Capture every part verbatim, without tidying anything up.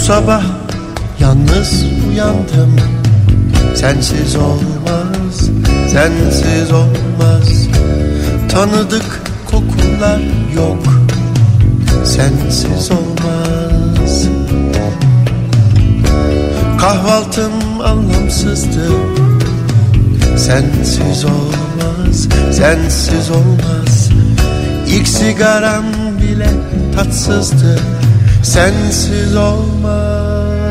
sabah yalnız uyandım. Sensiz olmaz, sensiz olmaz. Tanıdık kokular yok, sensiz olmaz. Kahvaltım anlamsızdı. Sensiz olmaz, sensiz olmaz. İlk sigaram bile tatsızdı. Sensiz olmaz.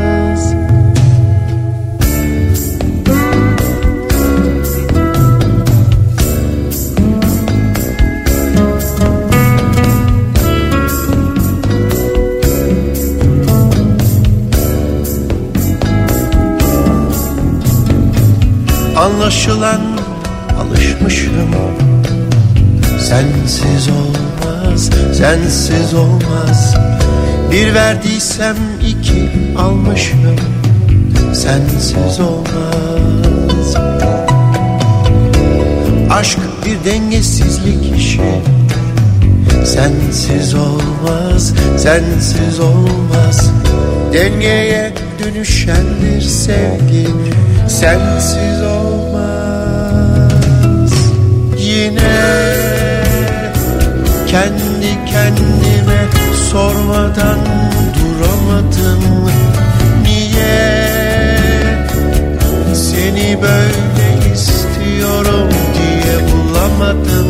Anlaşılan alışmışım. Sensiz olmaz, sensiz olmaz. Bir verdiysem iki almışım. Sensiz olmaz. Aşk bir dengesizlik işi. Sensiz olmaz, sensiz olmaz. Dengeye dönüşendir sevgi. Sensiz olmaz. Yine kendi kendime sormadan duramadım. Niye seni böyle istiyorum diye bulamadım.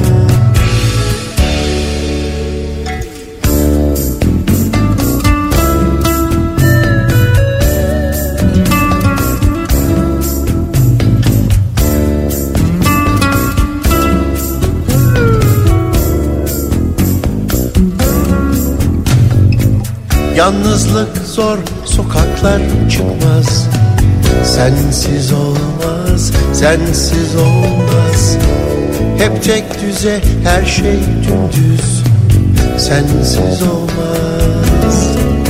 Yalnızlık zor, sokaklar çıkmaz. Sensiz olmaz, sensiz olmaz. Hep tek düze, her şey dümdüz. Sensiz olmaz.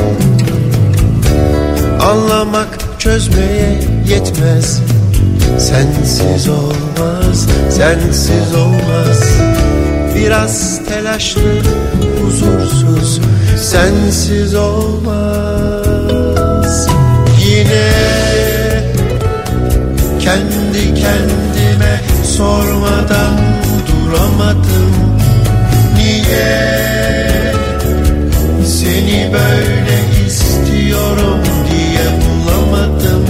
Anlamak çözmeye yetmez. Sensiz olmaz, sensiz olmaz. Biraz telaşlı, huzursuz. Sensiz olmaz. Yine kendi kendime sormadan duramadım. Niye seni böyle istiyorum diye bulamadım.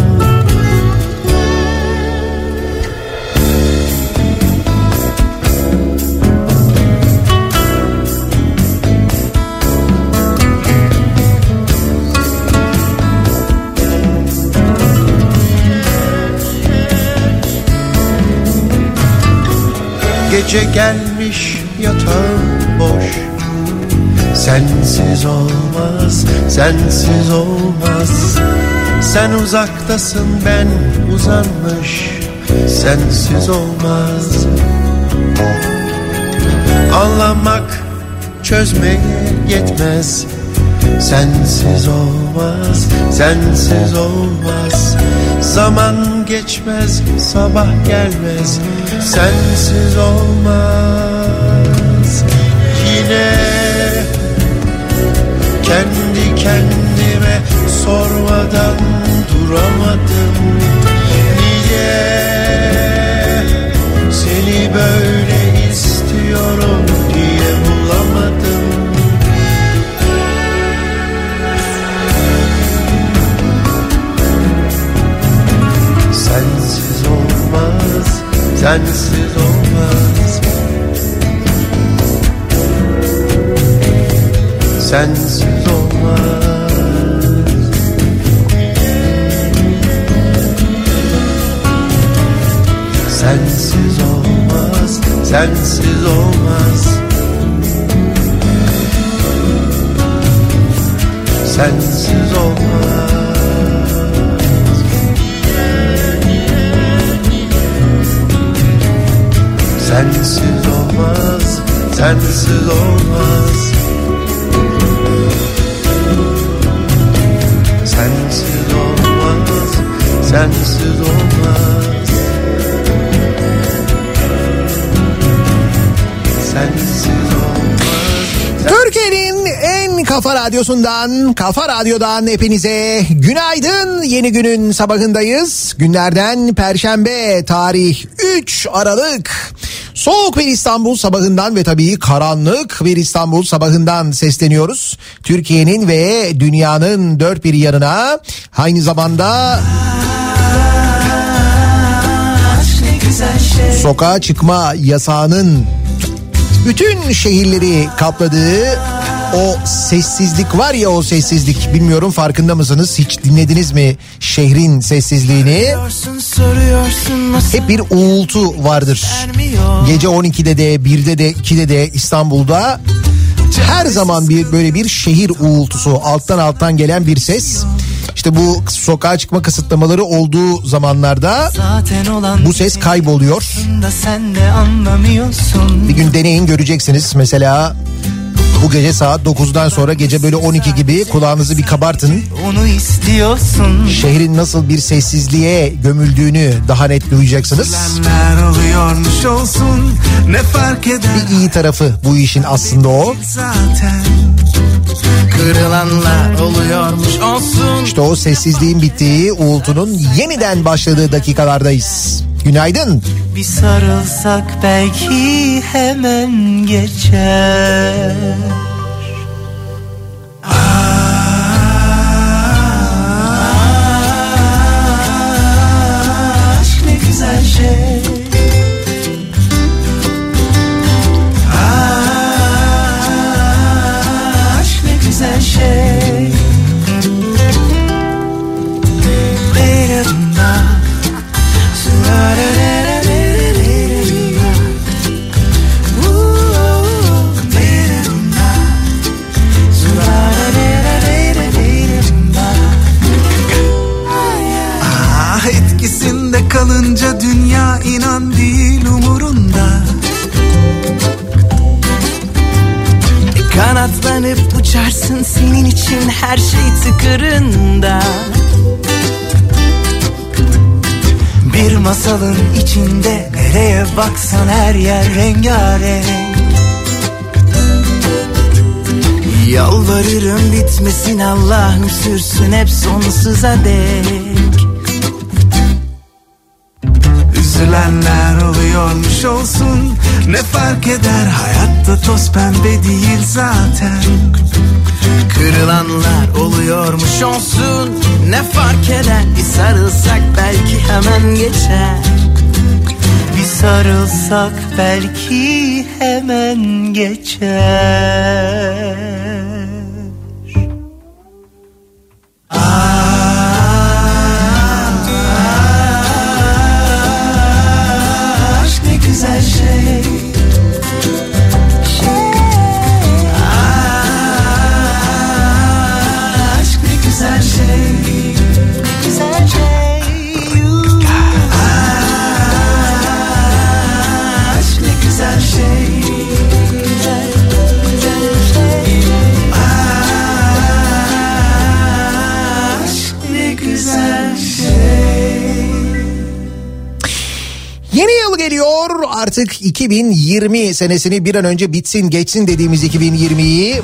Gece gelmiş yatağım boş. Sensiz olmaz, sensiz olmaz. Sen uzaktasın, ben uzanmış. Sensiz olmaz. Anlamak çözmeye yetmez. Sensiz olmaz, sensiz olmaz. Zaman geçmez, sabah gelmez. Sensiz olmaz. Yine kendi kendime sormadan duramadım. Niye seni böyle istiyorum diye bulamadım. Sensiz olmaz, sensiz olmaz. Sensiz olmaz. Sensiz olmaz, sensiz olmaz. Sensiz olmaz. Sensiz olmaz, sensiz olmaz. Sensiz olmaz, sensiz olmaz. Sensiz olmaz. Türkiye'nin en Kafa Radyosu'ndan, Kafa Radyo'dan hepinize günaydın. Yeni günün sabahındayız. Günlerden Perşembe, tarih üç Aralık. Soğuk bir İstanbul sabahından ve tabii karanlık bir İstanbul sabahından sesleniyoruz. Türkiye'nin ve dünyanın dört bir yanına, aynı zamanda sokağa çıkma yasağının bütün şehirleri kapladığı o sessizlik var ya, o sessizlik, bilmiyorum farkında mısınız, hiç dinlediniz mi şehrin sessizliğini? Hep bir uğultu vardır. Gece on ikide de, birde de, ikide de İstanbul'da her zaman bir böyle bir şehir uğultusu, alttan alttan gelen bir ses. İşte bu sokağa çıkma kısıtlamaları olduğu zamanlarda bu ses kayboluyor. Bir gün deneyin, göreceksiniz. Mesela bu gece saat dokuzdan sonra, gece böyle on iki gibi kulağınızı bir kabartın. Onu istiyorsun. Şehrin nasıl bir sessizliğe gömüldüğünü daha net duyacaksınız. Olsun, ne fark eder? Bir iyi tarafı bu işin aslında o. Zaten kırılanlar oluyormuş olsun. İşte o sessizliğin bittiği, uğultunun yeniden başladığı dakikalardayız. Günaydın. Bir sarılsak belki hemen geçer. Aşk ne güzel şey. Aşk ne güzel şey. Etkisinde kalınca dünya inan değil umurunda. Kanatlanıp uçarsın, senin için her şey tıkırında. Bir masalın içinde nereye baksan her yer rengarenk. Yalvarırım bitmesin Allah'ım, sürsün hep sonsuza dek. Üzülenler oluyormuş olsun, ne fark eder, hayatta toz pembe değil zaten. Kırılanlar oluyormuş olsun, ne fark eder, bir sarılsak belki hemen geçer. Bir sarılsak belki hemen geçer. Aşk ne güzel şey. Aşk ne güzel şey. Güzel şey. Aşk ne güzel şey. Aşk ne güzel şey. Yeni yıl geliyor artık, iki bin yirmi senesini bir an önce bitsin geçsin dediğimiz iki bin yirmiyi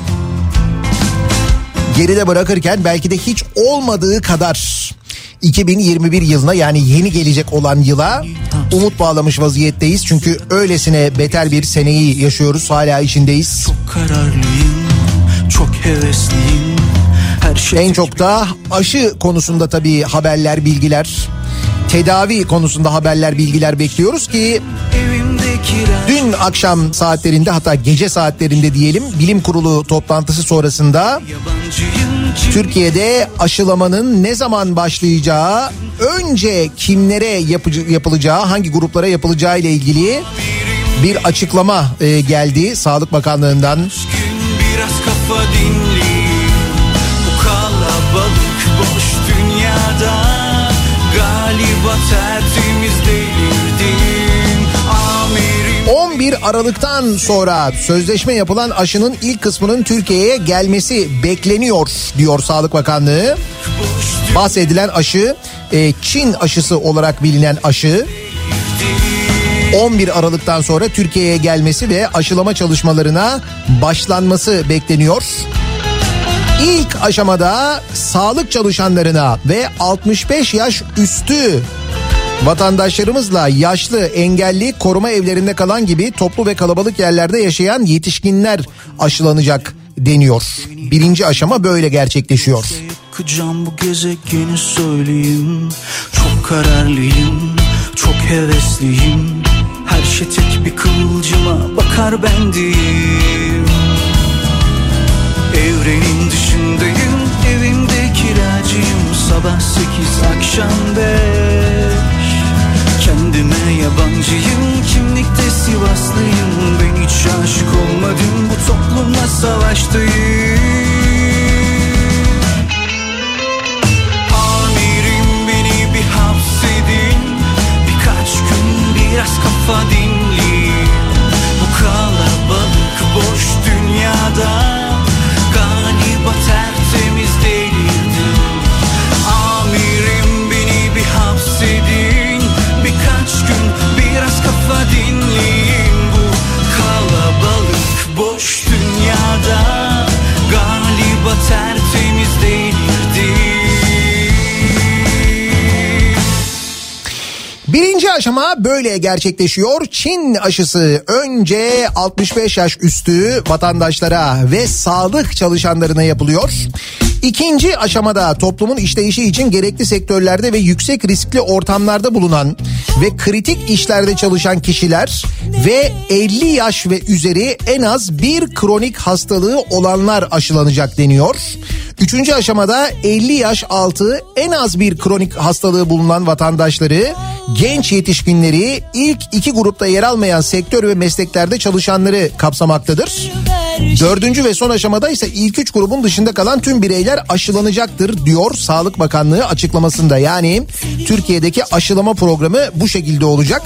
geride bırakırken belki de hiç olmadığı kadar iki bin yirmi bir yılına, yani yeni gelecek olan yıla umut bağlamış vaziyetteyiz. Çünkü öylesine beter bir seneyi yaşıyoruz, hala içindeyiz. Çok kararlıyım, çok hevesliyim. Her şey en çok da aşı konusunda tabii haberler, bilgiler, tedavi konusunda haberler, bilgiler bekliyoruz ki dün akşam saatlerinde, hatta gece saatlerinde diyelim, bilim kurulu toplantısı sonrasında Türkiye'de aşılamanın ne zaman başlayacağı, önce kimlere yapıcı, yapılacağı, hangi gruplara yapılacağı ile ilgili bir açıklama e, geldi Sağlık Bakanlığı'ndan. Biraz kafa dinleyin, bu kalabalık boş dünyada galiba tertemiz delirdim. on bir Aralık'tan sonra sözleşme yapılan aşının ilk kısmının Türkiye'ye gelmesi bekleniyor diyor Sağlık Bakanlığı. Bahsedilen aşı Çin aşısı olarak bilinen aşı. on bir Aralık'tan sonra Türkiye'ye gelmesi ve aşılama çalışmalarına başlanması bekleniyor. İlk aşamada sağlık çalışanlarına ve altmış beş yaş üstü vatandaşlarımızla yaşlı, engelli, koruma evlerinde kalan gibi toplu ve kalabalık yerlerde yaşayan yetişkinler aşılanacak deniyor. Birinci aşama böyle gerçekleşiyor. Yakacağım bu gezegeni söyleyeyim. Çok kararlıyım, çok hevesliyim. Her şey tek bir kıvılcıma bakar bendiyim. Evrenin dışındayım, evimde kiracıyım. Sabah sekiz, akşam beş. Kendime yabancıyım, kimlikte Sivaslıyım. Ben hiç aşık olmadım, bu toplumla savaştayım. Amirim beni bir hapsedin, birkaç gün biraz kafa dinleyin. Bu kalabalık boş dünyada galiba tertemiz delirdim. Amirim beni bir hapsedin, birkaç gün biraz kafa dinleyin. Bu kalabalık boş dünyada galiba tertemiz delirdim. Birinci aşama böyle gerçekleşiyor. Çin aşısı önce altmış beş yaş üstü vatandaşlara ve sağlık çalışanlarına yapılıyor. İkinci aşamada toplumun işleyişi için gerekli sektörlerde ve yüksek riskli ortamlarda bulunan ve kritik işlerde çalışan kişiler ve elli yaş ve üzeri en az bir kronik hastalığı olanlar aşılanacak deniyor. Üçüncü aşamada elli yaş altı en az bir kronik hastalığı bulunan vatandaşları, genç yetişkinleri, ilk iki grupta yer almayan sektör ve mesleklerde çalışanları kapsamaktadır. Dördüncü ve son aşamada ise ilk üç grubun dışında kalan tüm bireyler aşılanacaktır diyor Sağlık Bakanlığı açıklamasında. Yani Türkiye'deki aşılama programı bu şekilde olacak.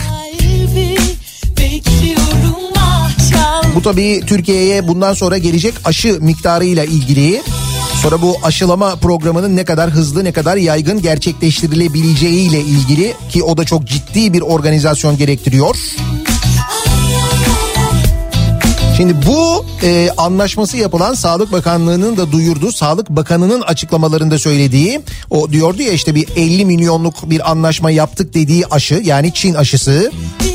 Bu tabii Türkiye'ye bundan sonra gelecek aşı miktarıyla ilgili. Sonra bu aşılama programının ne kadar hızlı, ne kadar yaygın gerçekleştirilebileceğiyle ilgili, ki o da çok ciddi bir organizasyon gerektiriyor. Şimdi bu e, anlaşması yapılan, Sağlık Bakanlığı'nın da duyurduğu, Sağlık Bakanı'nın açıklamalarında söylediği, o diyordu ya işte bir elli milyonluk bir anlaşma yaptık dediği aşı, yani Çin aşısı.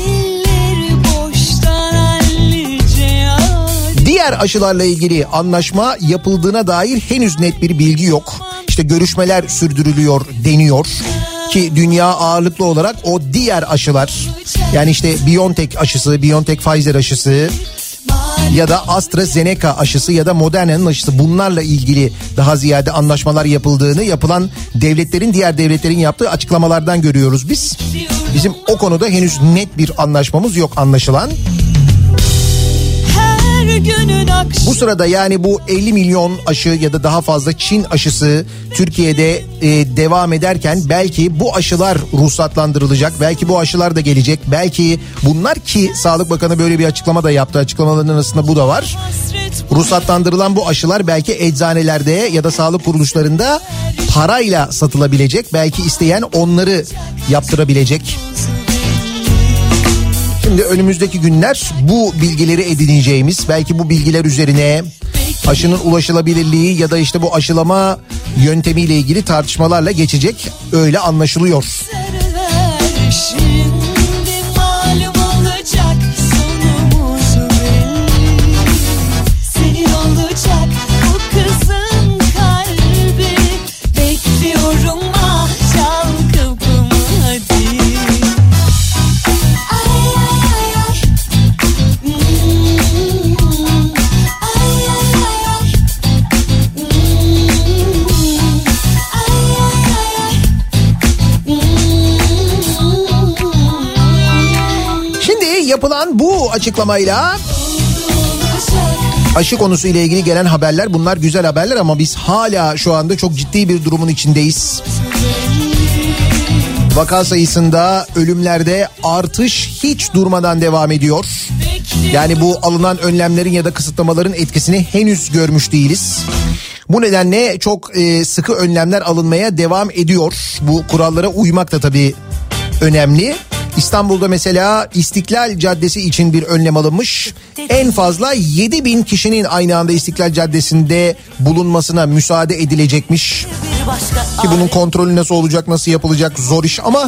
Diğer aşılarla ilgili anlaşma yapıldığına dair henüz net bir bilgi yok. İşte görüşmeler sürdürülüyor deniyor ki dünya ağırlıklı olarak o diğer aşılar, yani işte BioNTech aşısı, BioNTech Pfizer aşısı ya da AstraZeneca aşısı ya da Moderna'nın aşısı, bunlarla ilgili daha ziyade anlaşmalar yapıldığını, yapılan devletlerin, diğer devletlerin yaptığı açıklamalardan görüyoruz biz. Bizim o konuda henüz net bir anlaşmamız yok anlaşılan. Bu sırada yani bu elli milyon aşı ya da daha fazla Çin aşısı Türkiye'de e, devam ederken belki bu aşılar ruhsatlandırılacak. Belki bu aşılar da gelecek. Belki bunlar, ki Sağlık Bakanı böyle bir açıklama da yaptı. Açıklamalarının arasında bu da var. Ruhsatlandırılan bu aşılar belki eczanelerde ya da sağlık kuruluşlarında parayla satılabilecek. Belki isteyen onları yaptırabilecek. Şimdi önümüzdeki günler bu bilgileri edineceğimiz, belki bu bilgiler üzerine aşının ulaşılabilirliği ya da işte bu aşılama yöntemiyle ilgili tartışmalarla geçecek, öyle anlaşılıyor. Yapılan bu açıklamayla aşı konusu ile ilgili gelen haberler, bunlar güzel haberler ama biz hala şu anda çok ciddi bir durumun içindeyiz. Vaka sayısında, ölümlerde artış hiç durmadan devam ediyor. Yani bu alınan önlemlerin ya da kısıtlamaların etkisini henüz görmüş değiliz. Bu nedenle çok e, sıkı önlemler alınmaya devam ediyor. Bu kurallara uymak da tabii önemli. İstanbul'da mesela İstiklal Caddesi için bir önlem alınmış. En fazla yedi bin kişinin aynı anda İstiklal Caddesi'nde bulunmasına müsaade edilecekmiş. Ki bunun kontrolü nasıl olacak, nasıl yapılacak, zor iş ama...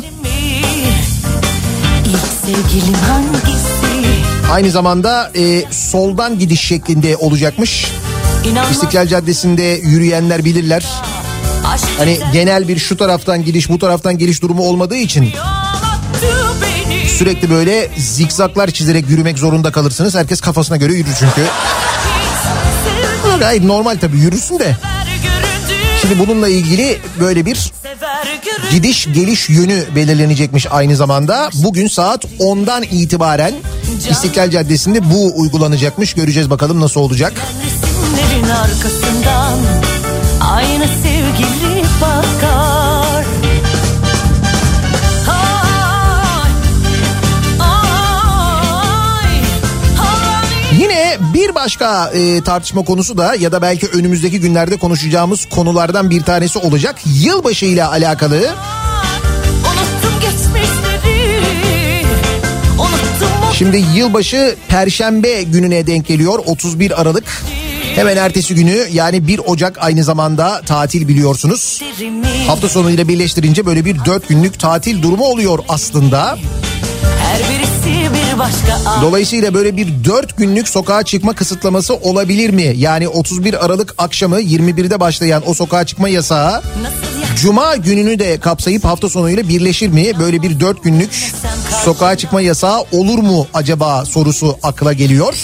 Aynı zamanda e, soldan gidiş şeklinde olacakmış. İstiklal Caddesi'nde yürüyenler bilirler. Hani genel bir şu taraftan gidiş bu taraftan geliş durumu olmadığı için sürekli böyle zikzaklar çizerek yürümek zorunda kalırsınız. Herkes kafasına göre yürür çünkü. Gayet normal tabii, yürürsün de. Şimdi bununla ilgili böyle bir gidiş geliş yönü belirlenecekmiş aynı zamanda. Bugün saat ondan itibaren İstiklal Caddesi'nde bu uygulanacakmış. Göreceğiz bakalım nasıl olacak. Resimlerin arkasından aynı sevgili bakar. Yine bir başka e, tartışma konusu da ya da belki önümüzdeki günlerde konuşacağımız konulardan bir tanesi olacak. Yılbaşı ile alakalı. Unuttum geçmişleri. Unuttum o... Şimdi yılbaşı Perşembe gününe denk geliyor, otuz bir Aralık. Hemen ertesi günü yani bir Ocak aynı zamanda tatil biliyorsunuz. Hafta sonuyla birleştirince böyle bir dört günlük tatil durumu oluyor aslında. Her birisi bir başka. Dolayısıyla böyle bir dört günlük sokağa çıkma kısıtlaması olabilir mi? Yani otuz bir Aralık akşamı yirmi birde başlayan o sokağa çıkma yasağı Cuma gününü de kapsayıp hafta sonuyla birleşir mi? Böyle bir dört günlük sokağa çıkma yasağı olur mu acaba sorusu akla geliyor.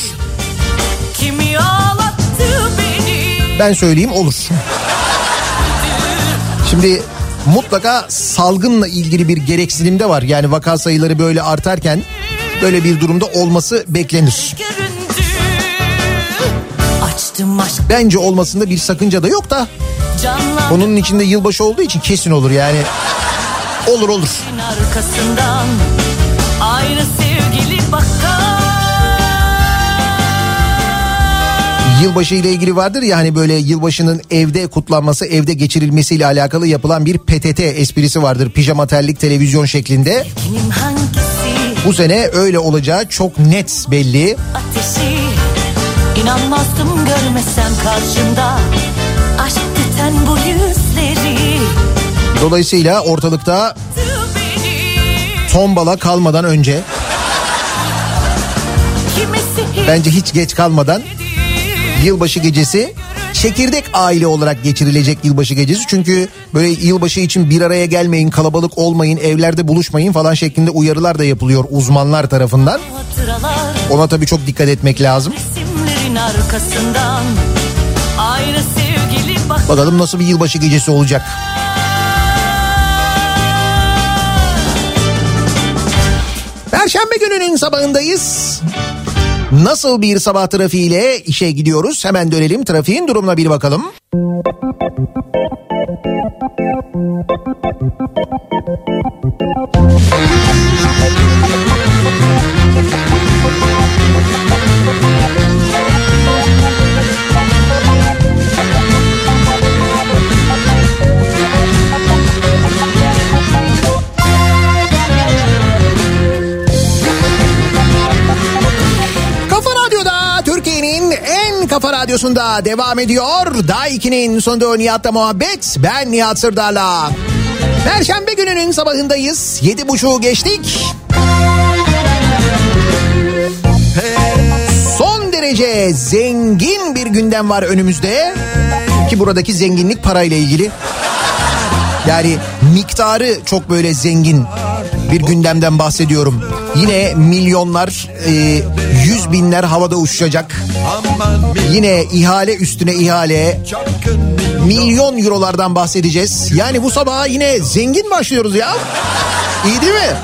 Ben söyleyeyim, olur. Şimdi mutlaka salgınla ilgili bir gereksinim de var. Yani vaka sayıları böyle artarken böyle bir durumda olması beklenir. Bence olmasında bir sakınca da yok da. Onun içinde yılbaşı olduğu için kesin olur yani. Olur olur. Arkasından aynı sevgili bakar. Yılbaşı ile ilgili vardır ya hani böyle yılbaşının evde kutlanması, evde geçirilmesiyle alakalı yapılan bir P T T esprisi vardır. Pijama terlik televizyon şeklinde. Bu sene öyle olacağı çok net belli. Ateşi, inanmazdım görmesem karşımda. Aşk tüten bu yüzleri. Dolayısıyla ortalıkta tombala kalmadan önce, bence hiç geç kalmadan yılbaşı gecesi çekirdek aile olarak geçirilecek yılbaşı gecesi. Çünkü böyle yılbaşı için bir araya gelmeyin, kalabalık olmayın, evlerde buluşmayın falan şeklinde uyarılar da yapılıyor uzmanlar tarafından. Ona tabii çok dikkat etmek lazım. Bakalım nasıl bir yılbaşı gecesi olacak. Perşembe gününün sabahındayız. Nasıl bir sabah trafiğiyle işe gidiyoruz? Hemen dönelim, trafiğin durumuna bir bakalım. Kafa Radyosu'nda devam ediyor. Daha ikinin sonunda Nihat'la muhabbet. Ben Nihat Sırdar'la. Perşembe gününün sabahındayız. Yedi buçuğu geçtik. Son derece zengin bir gündem var önümüzde. Ki buradaki zenginlik parayla ilgili. Yani miktarı çok böyle zengin bir gündemden bahsediyorum. Yine milyonlar, e, yüz binler havada uçuşacak. Yine ihale üstüne ihale, milyon eurolardan bahsedeceğiz. Yani bu sabah yine zengin başlıyoruz ya. İyi değil mi?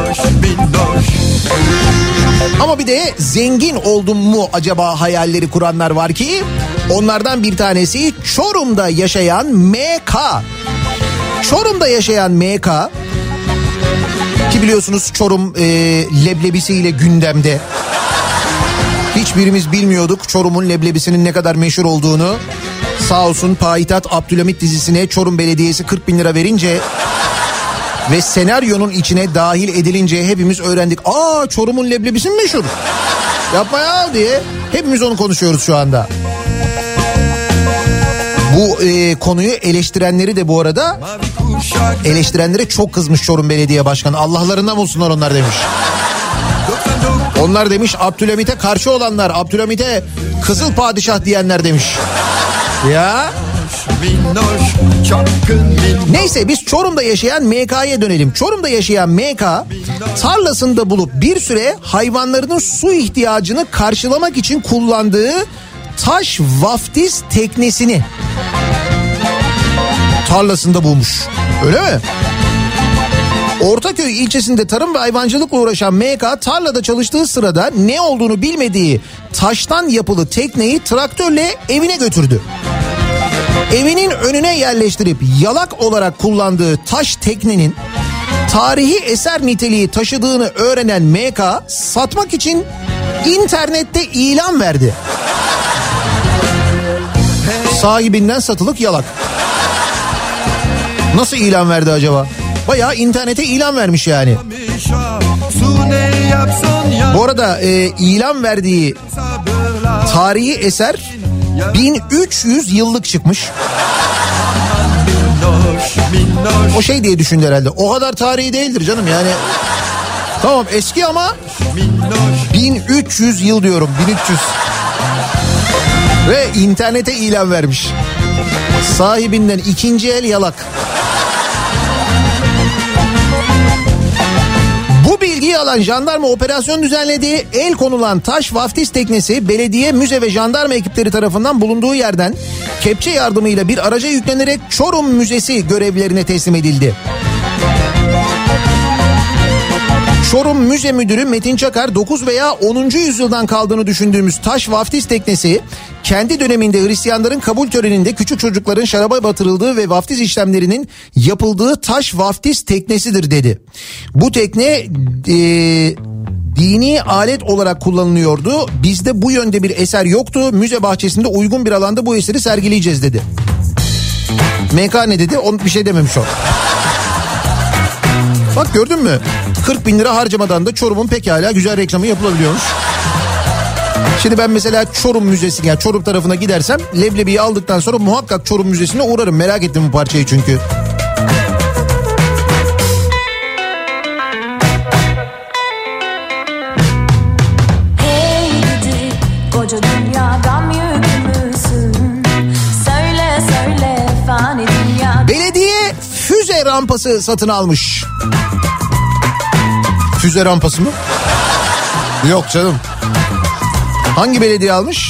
Ama bir de zengin oldum mu acaba hayalleri kuranlar var ki, onlardan bir tanesi Çorum'da yaşayan M K. Çorum'da yaşayan M K, ki biliyorsunuz Çorum e, leblebisiyle gündemde. Hiçbirimiz bilmiyorduk Çorum'un leblebisinin ne kadar meşhur olduğunu. Sağ olsun Payitaht Abdülhamit dizisine Çorum Belediyesi kırk bin lira verince Ve senaryonun içine dahil edilince hepimiz öğrendik. Aa, Çorum'un leblebisi mi meşhur? Yapma ya diye hepimiz onu konuşuyoruz şu anda. Bu e, konuyu eleştirenleri de bu arada eleştirenlere çok kızmış Çorum Belediye Başkanı. Allah'larından olsunlar onlar demiş. Onlar demiş Abdülhamit'e karşı olanlar, Abdülhamit'e Kızıl Padişah diyenler demiş. Ya. Neyse biz Çorum'da yaşayan M K'ya dönelim. Çorum'da yaşayan M K tarlasında bulup bir süre hayvanlarının su ihtiyacını karşılamak için kullandığı taş vaftiz teknesini tarlasında bulmuş. Öyle mi? Ortaköy ilçesinde tarım ve hayvancılıkla uğraşan M K tarlada çalıştığı sırada ne olduğunu bilmediği taştan yapılı tekneyi traktörle evine götürdü. Evinin önüne yerleştirip yalak olarak kullandığı taş teknenin tarihi eser niteliği taşıdığını öğrenen M K satmak için internette ilan verdi. Sahibinden satılık yalak. Nasıl ilan verdi acaba? Bayağı internete ilan vermiş yani. Bu arada e, ilan verdiği tarihi eser bin üç yüz yıllık çıkmış. O şey diye düşündü herhalde. O kadar tarihi değildir canım yani. Tamam eski ama bin üç yüz yıl diyorum, bin üç yüz. Ve internete ilan vermiş. Sahibinden ikinci el yalak. Bu bilgiyi alan jandarma operasyon düzenlediği el konulan taş vaftiz teknesi belediye, müze ve jandarma ekipleri tarafından bulunduğu yerden kepçe yardımıyla bir araca yüklenerek Çorum Müzesi görevlilerine teslim edildi. Çorum Müze Müdürü Metin Çakar, dokuz veya onuncu yüzyıldan kaldığını düşündüğümüz taş vaftiz teknesi kendi döneminde Hristiyanların kabul töreninde küçük çocukların şaraba batırıldığı ve vaftiz işlemlerinin yapıldığı taş vaftiz teknesidir dedi. Bu tekne e, dini alet olarak kullanılıyordu. Bizde bu yönde bir eser yoktu. Müze bahçesinde uygun bir alanda bu eseri sergileyeceğiz dedi. M K ne dedi? Onun bir şey dememiş o. Bak gördün mü? kırk bin lira harcamadan da Çorum'un pekala güzel reklamı yapılabiliyormuş. Şimdi ben mesela Çorum Müzesi, yani Çorum tarafına gidersem leblebiyi aldıktan sonra muhakkak Çorum Müzesi'ne uğrarım. Merak ettim bu parçayı çünkü. Hey gidi koca dünya gam yükümüzsün. Söyle söyle fani dünya. Belediye füze rampası satın almış. Füze rampası mı? Yok canım. Hangi belediye almış?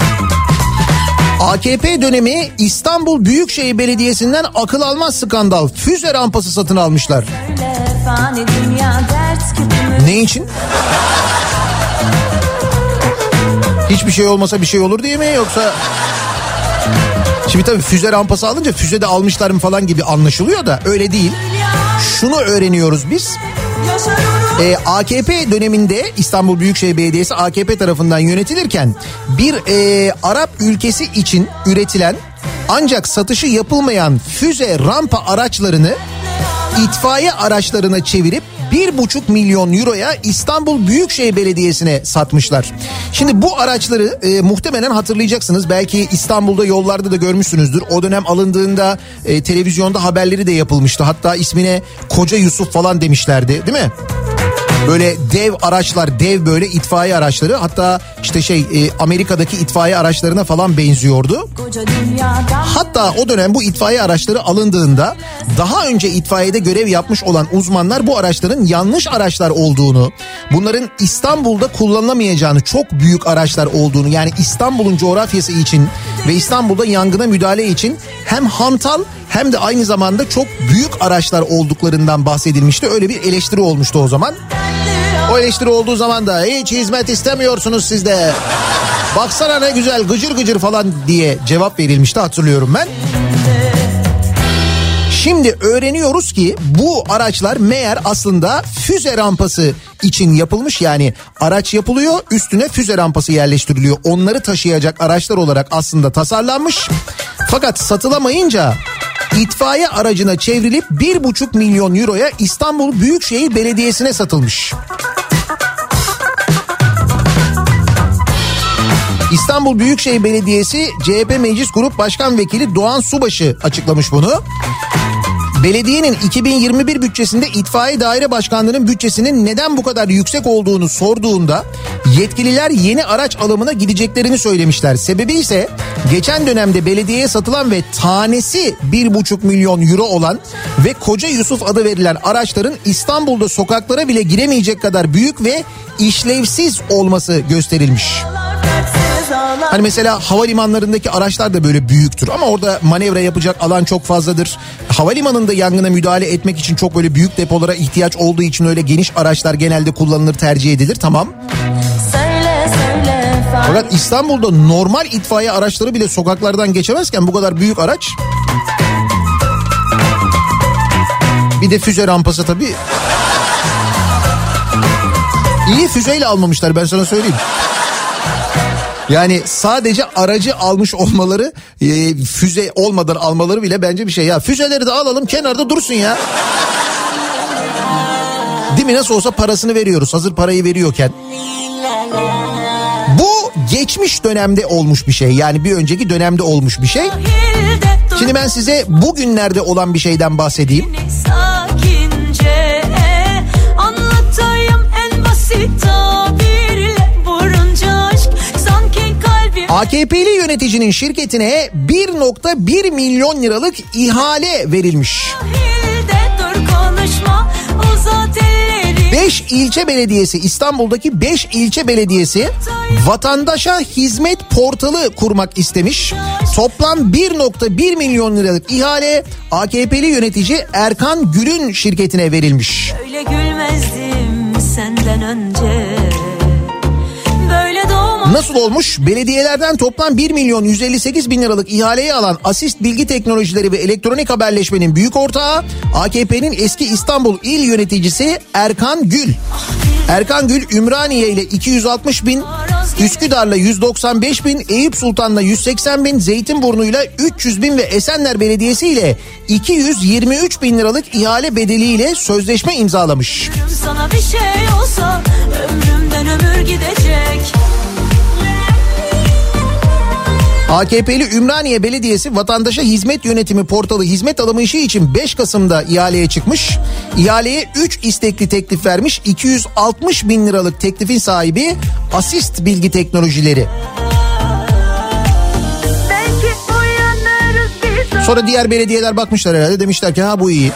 A K P dönemi İstanbul Büyükşehir Belediyesi'nden akıl almaz skandal. Füze rampası satın almışlar. Ne için? Hiçbir şey olmasa bir şey olur diye mi, yoksa... Şimdi tabii füze rampası alınca füze de almışlar mı falan gibi anlaşılıyor da öyle değil. Şunu öğreniyoruz biz. Ee, A K P döneminde İstanbul Büyükşehir Belediyesi A K P tarafından yönetilirken bir e, Arap ülkesi için üretilen ancak satışı yapılmayan füze rampa araçlarını itfaiye araçlarına çevirip bir buçuk milyon euroya İstanbul Büyükşehir Belediyesi'ne satmışlar. Şimdi bu araçları e, muhtemelen hatırlayacaksınız. Belki İstanbul'da yollarda da görmüşsünüzdür. O dönem alındığında e, televizyonda haberleri de yapılmıştı. Hatta ismine Koca Yusuf falan demişlerdi, değil mi? Böyle dev araçlar, dev böyle itfaiye araçları, hatta işte şey e, Amerika'daki itfaiye araçlarına falan benziyordu. Hatta o dönem bu itfaiye araçları alındığında daha önce itfaiyede görev yapmış olan uzmanlar bu araçların yanlış araçlar olduğunu, bunların İstanbul'da kullanılamayacağını, çok büyük araçlar olduğunu, yani İstanbul'un coğrafyası için ve İstanbul'da yangına müdahale için hem hantal hem de aynı zamanda çok büyük araçlar olduklarından bahsedilmişti. Öyle bir eleştiri olmuştu o zaman. O eleştiri olduğu zaman da hiç hizmet istemiyorsunuz siz de, baksana ne güzel gıcır gıcır falan diye cevap verilmişti, hatırlıyorum ben. Şimdi öğreniyoruz ki bu araçlar meğer aslında füze rampası için yapılmış. Yani araç yapılıyor, üstüne füze rampası yerleştiriliyor. Onları taşıyacak araçlar olarak aslında tasarlanmış. Fakat satılamayınca itfaiye aracına çevrilip bir buçuk milyon euroya İstanbul Büyükşehir Belediyesi'ne satılmış. İstanbul Büyükşehir Belediyesi C H P Meclis Grup Başkan Vekili Doğan Subaşı açıklamış bunu. Belediyenin iki bin yirmi bir bütçesinde itfaiye daire başkanlığının bütçesinin neden bu kadar yüksek olduğunu sorduğunda yetkililer yeni araç alımına gideceklerini söylemişler. Sebebi ise geçen dönemde belediyeye satılan ve tanesi bir buçuk milyon euro olan ve Koca Yusuf adı verilen araçların İstanbul'da sokaklara bile giremeyecek kadar büyük ve işlevsiz olması gösterilmiş. Hani mesela havalimanlarındaki araçlar da böyle büyüktür ama orada manevra yapacak alan çok fazladır. Havalimanında yangına müdahale etmek için çok böyle büyük depolara ihtiyaç olduğu için öyle geniş araçlar genelde kullanılır, tercih edilir, tamam. Söyle söyle Fakat İstanbul'da normal itfaiye araçları bile sokaklardan geçemezken bu kadar büyük araç. Bir de füze rampası tabii. İyi füzeyle almamışlar, ben sana söyleyeyim. Yani sadece aracı almış olmaları, e, füze olmadan almaları bile bence bir şey. Ya füzeleri de alalım, kenarda dursun ya. Değil mi? Nasıl olsa parasını veriyoruz, hazır parayı veriyorken. Bu geçmiş dönemde olmuş bir şey. Yani bir önceki dönemde olmuş bir şey. Şimdi ben size bugünlerde olan bir şeyden bahsedeyim. Sakince anlatayım en basit tabirle, vurunca aşk sanki kalbim. A K P'li yöneticinin şirketine bir nokta bir milyon liralık ihale verilmiş. Dur konuşma, uzat elleri. beş ilçe belediyesi, İstanbul'daki beş ilçe belediyesi vatandaşa hizmet portalı kurmak istemiş. Toplam bir nokta bir milyon liralık ihale A K P'li yönetici Erkan Gül'ün şirketine verilmiş. Öyle gülmezdim senden önce. Böyle doğma. Nasıl olmuş? Belediyelerden toplam bir milyon yüz elli sekiz bin liralık ihaleyi alan Asist Bilgi Teknolojileri ve Elektronik Haberleşme'nin büyük ortağı A K P'nin eski İstanbul İl Yöneticisi Erkan Gül. Erkan Gül Ümraniye ile iki yüz altmış bin, Üsküdar'la yüz doksan beş bin, Eyüp Sultan'la yüz seksen bin, Zeytinburnu'yla üç yüz bin ve Esenler Belediyesi ile iki yüz yirmi üç bin liralık ihale bedeliyle sözleşme imzalamış. Sana bir şey olsa ömrümden ömür gidecek. A K P'li Ümraniye Belediyesi vatandaşa hizmet yönetimi portalı hizmet alımı işi için beş Kasım'da ihaleye çıkmış. İhaleye üç istekli teklif vermiş. iki yüz altmış bin liralık teklifin sahibi Asist Bilgi Teknolojileri. Sonra diğer belediyeler bakmışlar herhalde, demişler ki ha bu iyi.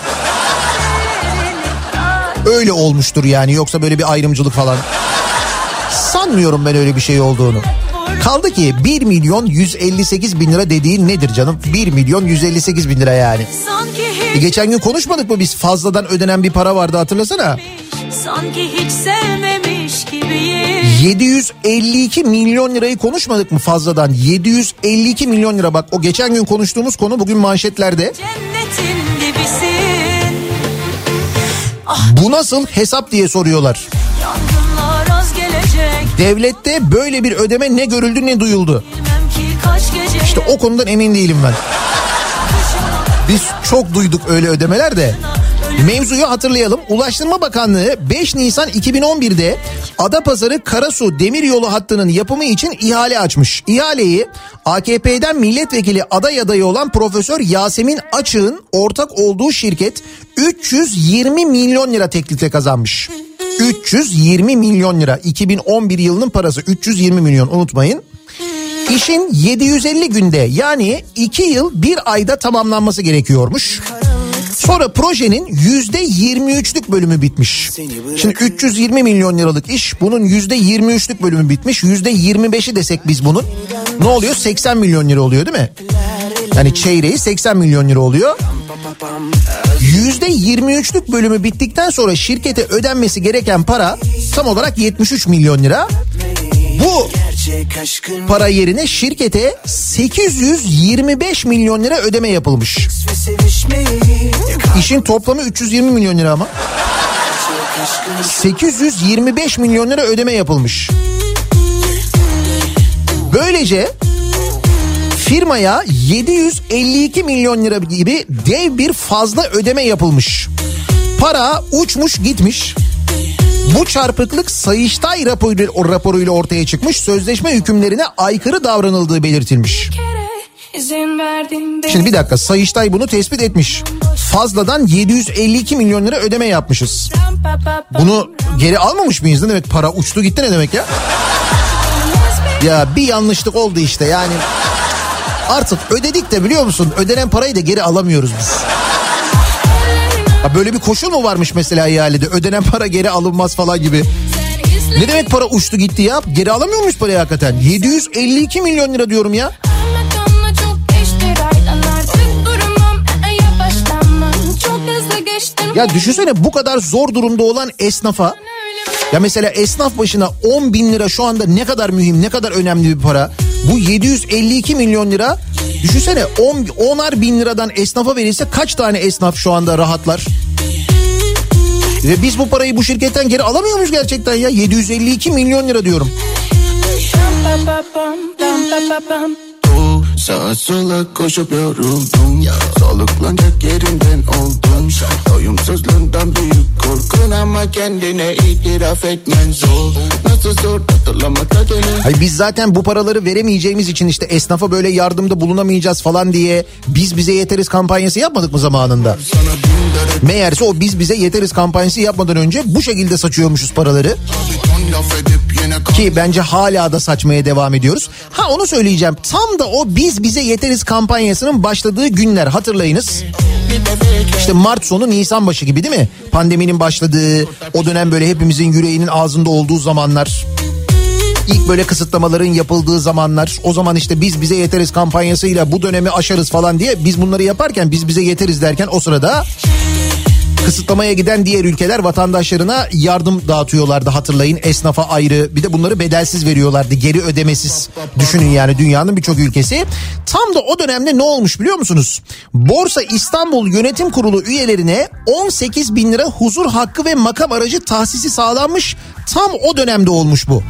Öyle olmuştur yani, yoksa böyle bir ayrımcılık falan. Sanmıyorum ben öyle bir şey olduğunu. Kaldı ki bir milyon yüz elli sekiz bin lira dediğin nedir canım? bir milyon yüz elli sekiz bin lira yani. E geçen gün konuşmadık mı biz, fazladan ödenen bir para vardı, hatırlasana. Sanki hiç sevmemiş gibiyim. yedi yüz elli iki milyon lirayı konuşmadık mı fazladan? yedi yüz elli iki milyon lira, bak o geçen gün konuştuğumuz konu bugün manşetlerde. Cennetin dibisin. Bu nasıl hesap diye soruyorlar. Yangınlar az gelecek. Devlette böyle bir ödeme ne görüldü ne duyuldu. Bilmem ki kaç gece. İşte o konudan emin değilim ben. Biz çok duyduk öyle ödemeler de. Mevzuyu hatırlayalım. Ulaştırma Bakanlığı beş Nisan iki bin on birde Adapazarı Karasu Demiryolu hattının yapımı için ihale açmış. İhaleyi A K P'den milletvekili aday adayı olan Profesör Yasemin Açık'ın ortak olduğu şirket üç yüz yirmi milyon lira teklifle kazanmış. üç yüz yirmi milyon lira, iki bin on bir yılının parası üç yüz yirmi milyon, unutmayın. İşin yedi yüz elli günde, yani iki yıl bir ayda tamamlanması gerekiyormuş. Sonra projenin yüzde yirmi üçlük bölümü bitmiş. Şimdi üç yüz yirmi milyon liralık iş, bunun yüzde yirmi üçlük bölümü bitmiş. yüzde yirmi beşi desek biz bunun ne oluyor? seksen milyon lira oluyor değil mi? Yani çeyreği seksen milyon lira oluyor. yüzde yirmi üçlük bölümü bittikten sonra şirkete ödenmesi gereken para tam olarak yetmiş üç milyon lira. Bu para yerine şirkete sekiz yüz yirmi beş milyon lira ödeme yapılmış. İşin toplamı üç yüz yirmi milyon lira ama. sekiz yüz yirmi beş milyon lira ödeme yapılmış. Böylece firmaya yedi yüz elli iki milyon lira gibi dev bir fazla ödeme yapılmış. Para uçmuş gitmiş. Bu çarpıklık Sayıştay raporuyla, raporuyla ortaya çıkmış. Sözleşme hükümlerine aykırı davranıldığı belirtilmiş. Şimdi bir dakika, Sayıştay bunu tespit etmiş. Fazladan yedi yüz elli iki milyon lira ödeme yapmışız. Bunu geri almamış mıyız? Ne demek para uçtu gitti ne demek ya? Ya bir yanlışlık oldu işte yani. Artık ödedik de biliyor musun? Ödenen parayı da geri alamıyoruz biz. Ha böyle bir koşul mu varmış mesela ihalede? Ödenen para geri alınmaz falan gibi. Ne demek para uçtu gitti ya? Geri alamıyor muyuz parayı hakikaten? yedi yüz elli iki milyon lira diyorum ya. Ya düşünsene bu kadar zor durumda olan esnafa. Ya mesela esnaf başına on bin lira şu anda ne kadar mühim, ne kadar önemli bir para. Bu yedi yüz elli iki milyon lira. Düşünsene on, onar bin liradan esnafa verilse kaç tane esnaf şu anda rahatlar? Ve biz bu parayı bu şirketten geri alamıyor muyuz gerçekten ya? yedi yüz elli iki milyon lira diyorum. Sağa sola koşup yoruldum, soluklanacak yerinden oldum. Doyumsuzluğundan büyük korkun ama kendine itiraf etmen zor. Nasıl zor hatırlamakla dönün. Hayır biz zaten bu paraları veremeyeceğimiz için işte esnafa böyle yardımda bulunamayacağız falan diye biz bize yeteriz kampanyası yapmadık mı zamanında? Meğerse o biz bize yeteriz kampanyası yapmadan önce bu şekilde saçıyormuşuz paraları. Ki bence hala da saçmaya devam ediyoruz. Ha onu söyleyeceğim. Tam da o biz bize yeteriz kampanyasının başladığı günler hatırlayınız. İşte Mart sonu Nisan başı gibi değil mi? Pandeminin başladığı o dönem böyle hepimizin yüreğinin ağzında olduğu zamanlar. İlk böyle kısıtlamaların yapıldığı zamanlar. O zaman işte biz bize yeteriz kampanyasıyla bu dönemi aşarız falan diye biz bunları yaparken biz bize yeteriz derken o sırada kısıtlamaya giden diğer ülkeler vatandaşlarına yardım dağıtıyorlardı hatırlayın. Esnafa ayrı, bir de bunları bedelsiz veriyorlardı, geri ödemesiz. Düşünün yani dünyanın birçok ülkesi. Tam da o dönemde ne olmuş biliyor musunuz? Borsa İstanbul Yönetim Kurulu üyelerine on sekiz bin lira huzur hakkı ve makam aracı tahsisi sağlanmış. Tam o dönemde olmuş bu.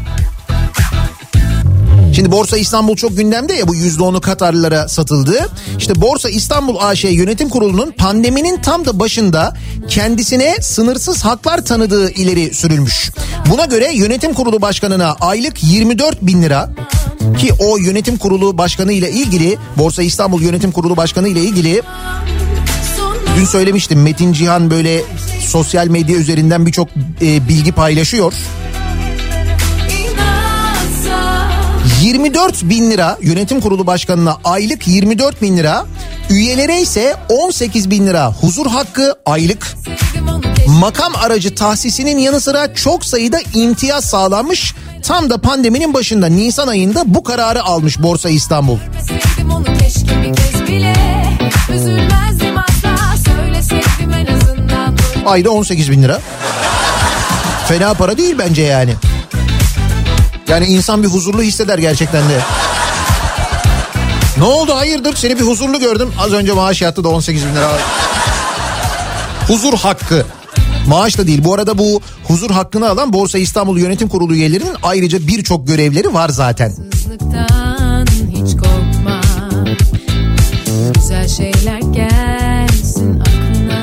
Şimdi Borsa İstanbul çok gündemde ya, bu yüzde onu Katarlılara satıldı. İşte Borsa İstanbul A Ş Yönetim Kurulu'nun pandeminin tam da başında kendisine sınırsız haklar tanıdığı ileri sürülmüş. Buna göre yönetim kurulu başkanına aylık yirmi dört bin lira, ki o yönetim kurulu başkanı ile ilgili, Borsa İstanbul Yönetim Kurulu başkanı ile ilgili dün söylemiştim, Metin Cihan böyle sosyal medya üzerinden birçok e, bilgi paylaşıyor. yirmi dört bin lira yönetim kurulu başkanına aylık yirmi dört bin lira, üyelere ise on sekiz bin lira huzur hakkı aylık, makam aracı tahsisinin yanı sıra çok sayıda imtiyaz sağlanmış. Tam da pandeminin başında Nisan ayında bu kararı almış Borsa İstanbul. Ayda on sekiz bin lira. Fena para değil bence yani. Yani insan bir huzurlu hisseder gerçekten de. Ne oldu hayırdır, seni bir huzurlu gördüm. Az önce maaş yattı da on sekiz bin lira. Huzur hakkı. Maaş da değil. Bu arada bu huzur hakkını alan Borsa İstanbul Yönetim Kurulu üyelerinin ayrıca birçok görevleri var zaten. Hiç korkma. Güzel şeyler gelsin aklına.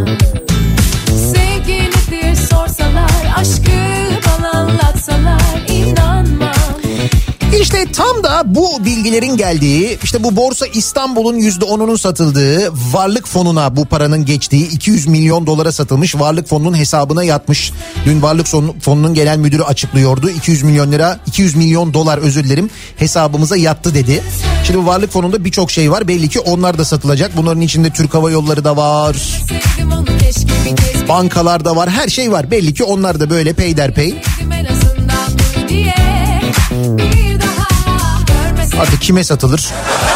Sevgilidir sorsalar, aşkı bana anlatsalar inanmam. İşte tam da bu bilgilerin geldiği, işte bu Borsa İstanbul'un yüzde onunun satıldığı, varlık fonuna bu paranın geçtiği, iki yüz milyon dolara satılmış, varlık fonunun hesabına yatmış. Dün varlık fonunun genel müdürü açıklıyordu. iki yüz milyon lira, iki yüz milyon dolar özür dilerim, hesabımıza yattı dedi. Şimdi bu varlık fonunda birçok şey var, belli ki onlar da satılacak. Bunların içinde Türk Hava Yolları da var, bankalar da var, her şey var. Belli ki onlar da böyle peyderpey. Artık kime satılır?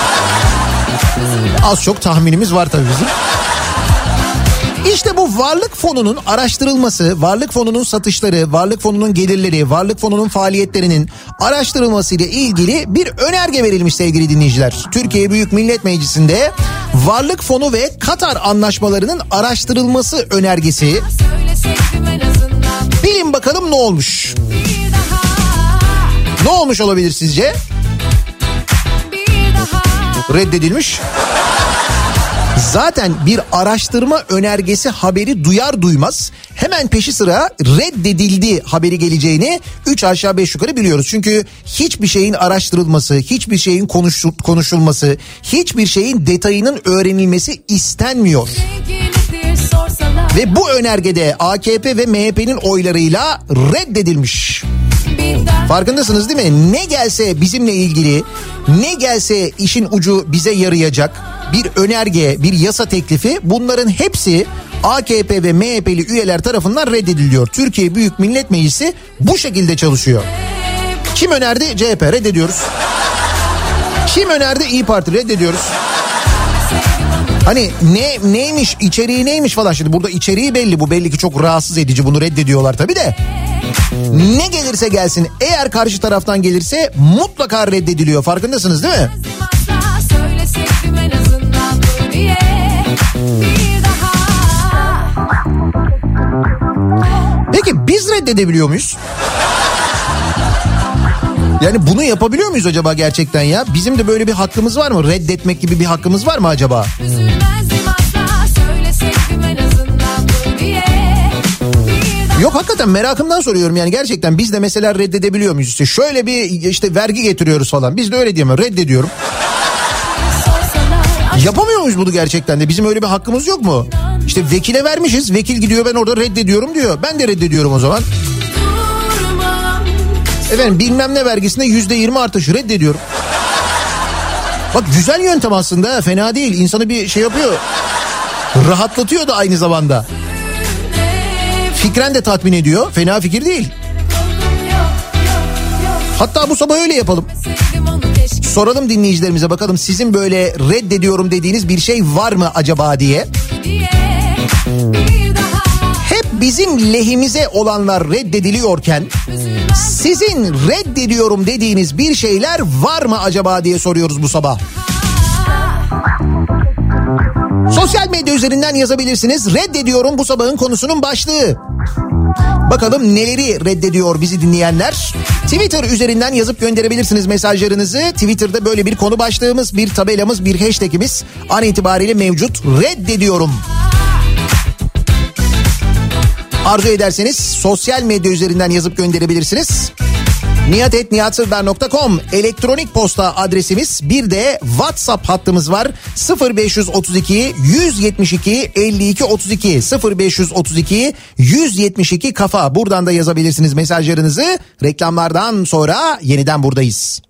Az çok tahminimiz var tabii bizim. İşte bu varlık fonunun araştırılması, varlık fonunun satışları, varlık fonunun gelirleri, varlık fonunun faaliyetlerinin araştırılmasıyla ilgili bir önerge verilmiş sevgili dinleyiciler. Türkiye Büyük Millet Meclisi'nde varlık fonu ve Katar anlaşmalarının araştırılması önergesi. Bilin bakalım ne olmuş? Ne olmuş olabilir sizce? reddedilmiş. Zaten bir araştırma önergesi haberi duyar duymaz hemen peşi sıra reddedildi haberi geleceğini üç aşağı beş yukarı biliyoruz. Çünkü hiçbir şeyin araştırılması, hiçbir şeyin konuşul- konuşulması, hiçbir şeyin detayının öğrenilmesi istenmiyor. Ve bu önergede A K P ve M H P'nin oylarıyla reddedilmiş. Farkındasınız değil mi? Ne gelse bizimle ilgili, ne gelse işin ucu bize yarayacak bir önerge, bir yasa teklifi, bunların hepsi A K P ve M H P'li üyeler tarafından reddediliyor. Türkiye Büyük Millet Meclisi bu şekilde çalışıyor. Kim önerdi? C H P, reddediyoruz. Kim önerdi? İYİ Parti, reddediyoruz. Hani ne neymiş, içeriği neymiş falan, şimdi burada içeriği belli, bu belli ki çok rahatsız edici, bunu reddediyorlar tabii de. Ne gelirse gelsin, eğer karşı taraftan gelirse mutlaka reddediliyor, farkındasınız değil mi? Peki biz reddedebiliyor muyuz? Yani bunu yapabiliyor muyuz acaba gerçekten ya? Bizim de böyle bir hakkımız var mı? Reddetmek gibi bir hakkımız var mı acaba? Yok, hakikaten merakımdan soruyorum yani, gerçekten biz de mesela reddedebiliyor muyuz? İşte şöyle bir işte vergi getiriyoruz falan, biz de öyle diyemiyoruz, reddediyorum. Yapamıyor muyuz bunu gerçekten de? Bizim öyle bir hakkımız yok mu? İşte vekile vermişiz, vekil gidiyor ben orada reddediyorum diyor. Ben de reddediyorum o zaman. Efendim bilmem ne vergisinde yüzde yirmi artış, reddediyorum. Bak güzel yöntem aslında, fena değil, insanı bir şey yapıyor. Rahatlatıyor da aynı zamanda. Fikren de tatmin ediyor, fena fikir değil. Hatta bu sabah öyle yapalım. Soralım dinleyicilerimize, bakalım sizin böyle reddediyorum dediğiniz bir şey var mı acaba diye. Hep bizim lehimize olanlar reddediliyorken sizin reddediyorum dediğiniz bir şeyler var mı acaba diye soruyoruz bu sabah. Sosyal medya üzerinden yazabilirsiniz. Reddediyorum bu sabahın konusunun başlığı. Bakalım neleri reddediyor bizi dinleyenler. Twitter üzerinden yazıp gönderebilirsiniz mesajlarınızı. Twitter'da böyle bir konu başlığımız, bir tabelamız, bir hashtagimiz an itibariyle mevcut. Reddediyorum. Arzu ederseniz sosyal medya üzerinden yazıp gönderebilirsiniz. nihat et nihat sırdar nokta com elektronik posta adresimiz, bir de WhatsApp hattımız var. sıfır beş otuz iki yüz yetmiş iki elli iki otuz iki sıfır beş otuz iki yüz yetmiş iki kafa. Buradan da yazabilirsiniz mesajlarınızı. Reklamlardan sonra yeniden buradayız.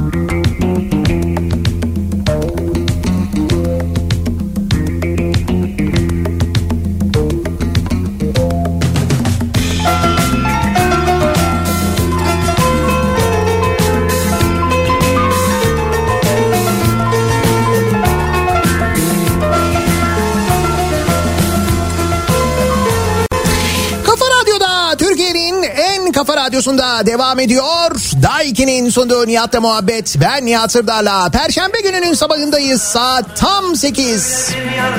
Kafa Radyosu'nda devam ediyor. Daiki'nin sunduğu Nihat'la muhabbet. Ben Nihat Sırdar'la. Perşembe gününün sabahındayız. Saat tam sekiz.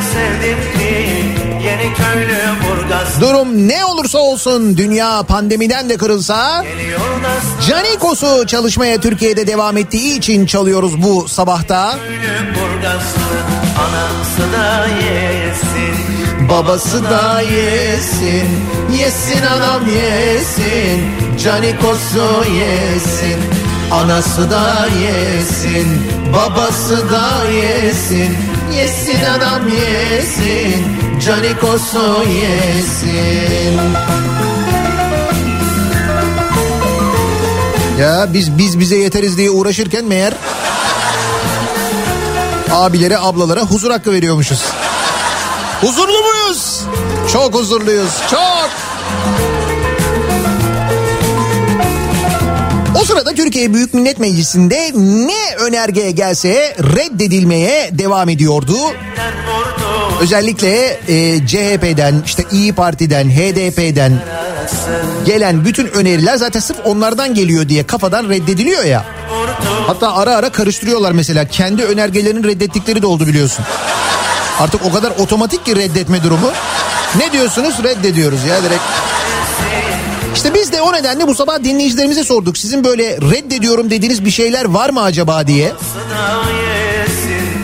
Durum ne olursa olsun, dünya pandemiden de kırılsa, Canikos'u çalışmaya Türkiye'de devam ettiği için çalıyoruz bu sabahta. Anası da yesin, babası da yesin, yesin anam yesin, Canikos'u yesin. Anası da yesin, babası da yesin, yesin anam yesin, Canikos'u yesin. Ya biz biz bize yeteriz diye uğraşırken meğer abilere, ablalara huzur hakkı veriyormuşuz. Huzurlu muyuz? Çok huzurluyuz, çok. O sırada Türkiye Büyük Millet Meclisi'nde ne önerge gelse reddedilmeye devam ediyordu. Özellikle e, C H P'den, işte İYİ Parti'den, H D P'den gelen bütün öneriler zaten sırf onlardan geliyor diye kafadan reddediliyor ya. Hatta ara ara karıştırıyorlar mesela. Kendi önergelerini reddettikleri de oldu biliyorsun. Artık o kadar otomatik ki reddetme durumu. Ne diyorsunuz? Reddediyoruz ya direkt. İşte biz de o nedenle bu sabah dinleyicilerimize sorduk. Sizin böyle reddediyorum dediğiniz bir şeyler var mı acaba diye.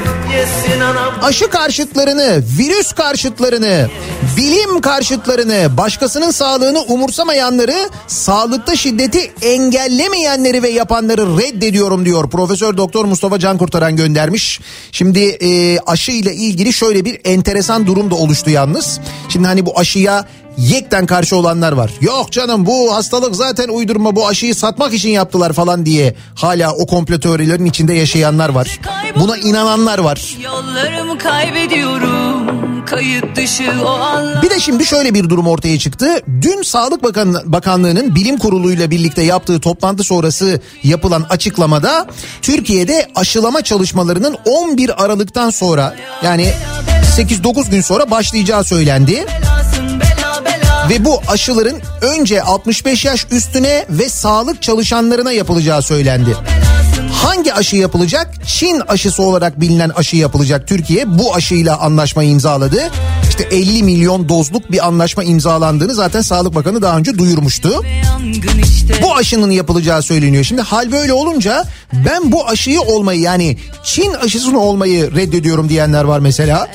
Aşı karşıtlarını, virüs karşıtlarını, bilim karşıtlarını, başkasının sağlığını umursamayanları, sağlıkta şiddeti engellemeyenleri ve yapanları reddediyorum diyor. Profesör Doktor Mustafa Cankurtaran göndermiş. Şimdi e, aşı ile ilgili şöyle bir enteresan durum da oluştu yalnız. Şimdi hani bu aşıya yekten karşı olanlar var. Yok canım bu hastalık zaten uydurma, bu aşıyı satmak için yaptılar falan diye hala o komplo teorilerin içinde yaşayanlar var. Buna inananlar var. Yollarımı kaybediyorum, kayıt dışı o anlar. Bir de şimdi şöyle bir durum ortaya çıktı. Dün Sağlık Bakan, Bakanlığı'nın bilim kuruluyla birlikte yaptığı toplantı sonrası yapılan açıklamada Türkiye'de aşılama çalışmalarının on bir Aralık'tan sonra yani sekiz dokuz gün sonra başlayacağı söylendi. Ve bu aşıların önce altmış beş yaş üstüne ve sağlık çalışanlarına yapılacağı söylendi. Hangi aşı yapılacak? Çin aşısı olarak bilinen aşı yapılacak. Türkiye bu aşıyla anlaşma imzaladı. İşte elli milyon dozluk bir anlaşma imzalandığını zaten Sağlık Bakanı daha önce duyurmuştu. Bu aşının yapılacağı söyleniyor. Şimdi hal böyle olunca ben bu aşıyı olmayı, yani Çin aşısını olmayı reddediyorum diyenler var mesela.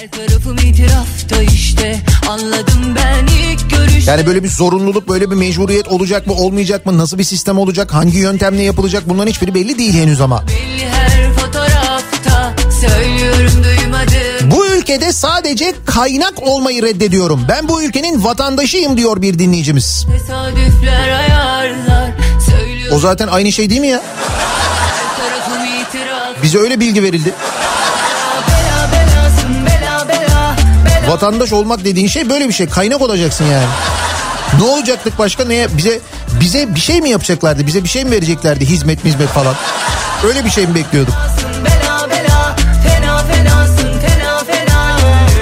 Işte, anladım ben ilk görüşte. Yani böyle bir zorunluluk, böyle bir mecburiyet olacak mı, olmayacak mı, nasıl bir sistem olacak, hangi yöntemle yapılacak, bunların hiçbiri belli değil henüz ama. Belli her fotoğrafta, söylüyorum duymadım. Bu ülkede sadece kaynak olmayı reddediyorum. Ben bu ülkenin vatandaşıyım diyor bir dinleyicimiz. Tesadüfler ayarlar, o zaten aynı şey değil mi ya? Bize öyle bilgi verildi. Vatandaş olmak dediğin şey böyle bir şey. Kaynak olacaksın yani. Ne olacaktık başka, neye? Bize bize bir şey mi yapacaklardı? Bize bir şey mi vereceklerdi? Hizmet hizmet falan. Öyle bir şey mi bekliyorduk? Bela bela, fena fenasın, fena fena.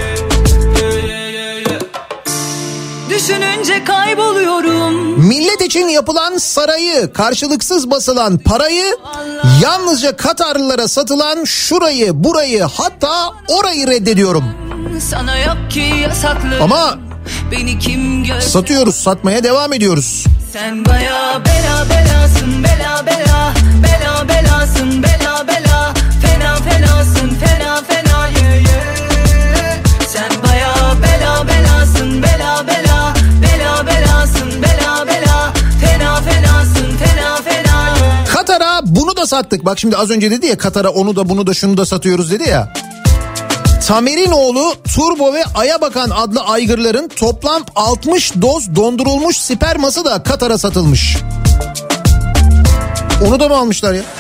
Düşününce kayboluyorum. Millet için yapılan sarayı, karşılıksız basılan parayı, yalnızca Katarlılara satılan şurayı, burayı, hatta orayı reddediyorum. Sana yok ki yasaklı. Ama beni kim gö- satıyoruz, satmaya devam ediyoruz. Sen baya bela belasın, bela bela, bela belasın, bela bela, fena fenasın, fena fena. Yeah, yeah. Sen baya bela belasın, bela bela, bela belasın, bela bela, fena fenasın, fena fena. Katar'a bunu da sattık. Bak şimdi az önce dedi ya, Katar'a onu da bunu da şunu da satıyoruz dedi ya. Tamer'in oğlu Turbo ve Aya Bakan adlı aygırların toplam altmış doz dondurulmuş sperması da Katar'a satılmış. Onu da mı almışlar ya?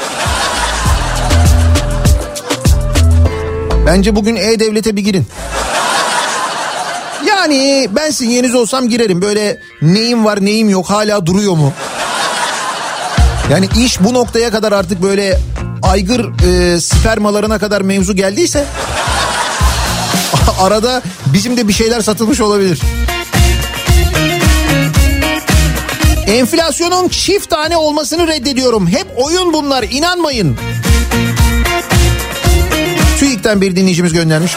Bence bugün E-Devlet'e bir girin. Yani ben sizin yeriniz olsam girerim. Böyle neyim var neyim yok, hala duruyor mu? Yani iş bu noktaya kadar artık böyle aygır e, spermalarına kadar mevzu geldiyse... Arada bizim de bir şeyler satılmış olabilir. Enflasyonun çift tane olmasını reddediyorum. Hep oyun bunlar, inanmayın. TÜİK'ten bir dinleyicimiz göndermiş.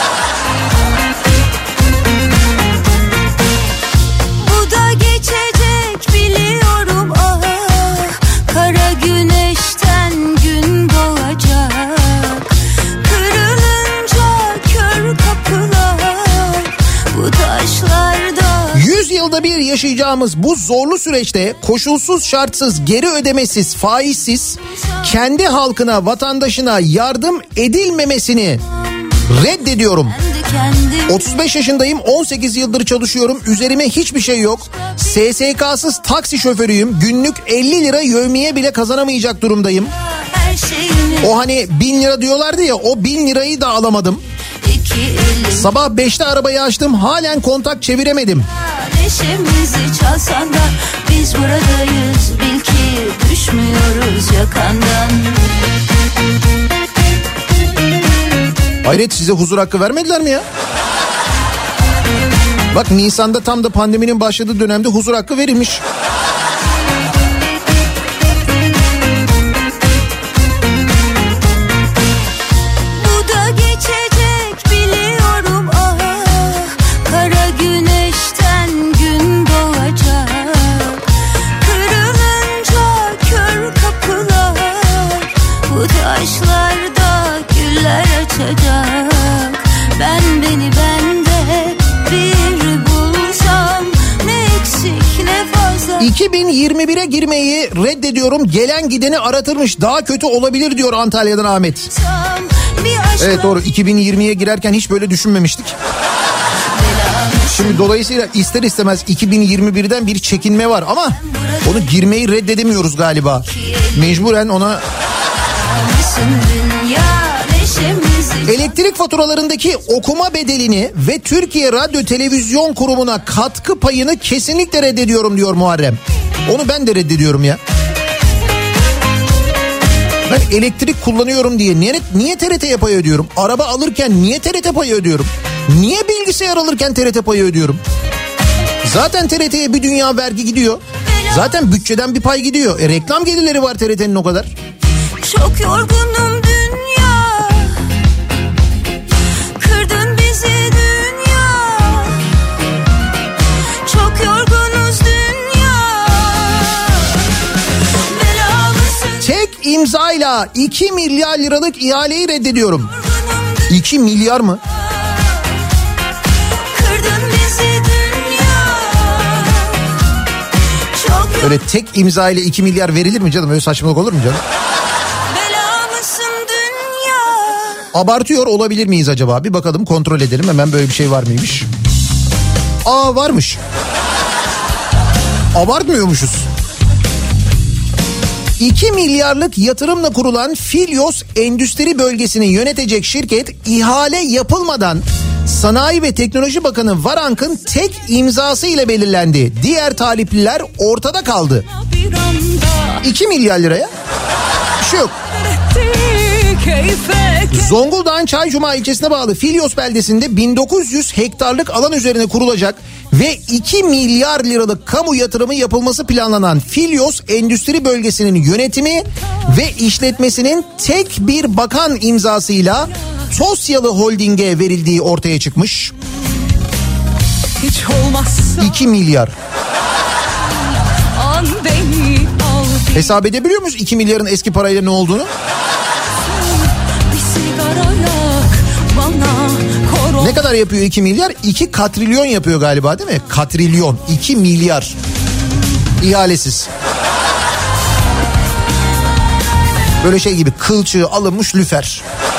Bu da geçecek biliyorum, ah, kara güneşten gün doğacak. yüz yılda bir yaşayacağımız bu zorlu süreçte koşulsuz, şartsız, geri ödemesiz, faizsiz kendi halkına, vatandaşına yardım edilmemesini reddediyorum. otuz beş yaşındayım, on sekiz yıldır çalışıyorum, üzerime hiçbir şey yok. S S K'sız taksi şoförüyüm, günlük elli lira yevmiye bile kazanamayacak durumdayım. O hani bin lira diyorlardı ya, o bin lirayı da alamadım. Sabah beşte arabayı açtım, halen kontak çeviremedim. Neşemizi çalsan da biz buradayız, bil ki düşmüyoruz yakandan. Hayret, size huzur hakkı vermediler mi ya? Bak Nisan'da tam da pandeminin başladığı dönemde huzur hakkı verilmiş. Taşlarda güller açacak. iki bin yirmi bire girmeyi reddediyorum. Gelen gideni aratırmış. Daha kötü olabilir diyor Antalya'dan Ahmet. Evet doğru, iki bin yirmiye girerken hiç böyle düşünmemiştik. Şimdi dolayısıyla ister istemez iki bin yirmi birden bir çekinme var ama onu girmeyi reddedemiyoruz galiba. Mecburen ona... Elektrik faturalarındaki okuma bedelini ve Türkiye Radyo Televizyon Kurumu'na katkı payını kesinlikle reddediyorum diyor Muharrem. Onu ben de reddediyorum ya. Ben elektrik kullanıyorum diye niye, niye T R T'ye pay ödüyorum? Araba alırken niye T R T payı ödüyorum? Niye bilgisayar alırken T R T payı ödüyorum? Zaten T R T'ye bir dünya vergi gidiyor. Zaten bütçeden bir pay gidiyor. E, reklam gelirleri var T R T'nin o kadar. Çok yorgunum dünya, kırdın bizi dünya. Çok yorgunuz dünya. Belalısın. Tek imzayla iki milyar liralık ihaleyi reddediyorum. iki milyar mı? Öyle tek imza ile iki milyar verilir mi canım? Öyle saçmalık olur mu canım? Abartıyor olabilir miyiz acaba? Bir bakalım, kontrol edelim hemen, böyle bir şey var mıymış? Aa, varmış. Abartmıyormuşuz. iki milyarlık yatırımla kurulan Filyos Endüstri Bölgesi'ni yönetecek şirket ihale yapılmadan Sanayi ve Teknoloji Bakanı Varank'ın tek imzası ile belirlendi. Diğer talipliler ortada kaldı. iki milyar liraya bir şey yok. Zonguldak'ın Çaycuma ilçesine bağlı Filyos beldesinde bin dokuz yüz hektarlık alan üzerine kurulacak ve iki milyar liralık kamu yatırımı yapılması planlanan Filyos Endüstri Bölgesi'nin yönetimi ve işletmesinin tek bir bakan imzasıyla Tosyalı Holding'e verildiği ortaya çıkmış. Hiç olmazsa iki milyar. An beni al. Hesap edebiliyor muyuz iki milyarın eski parayla ne olduğunu? Bir sigara yak bana, koru. Ne kadar yapıyor iki milyar? iki katrilyon yapıyor galiba, değil mi? Katrilyon. iki milyar. İhalesiz. Böyle şey gibi, kılçığı alınmış lüfer.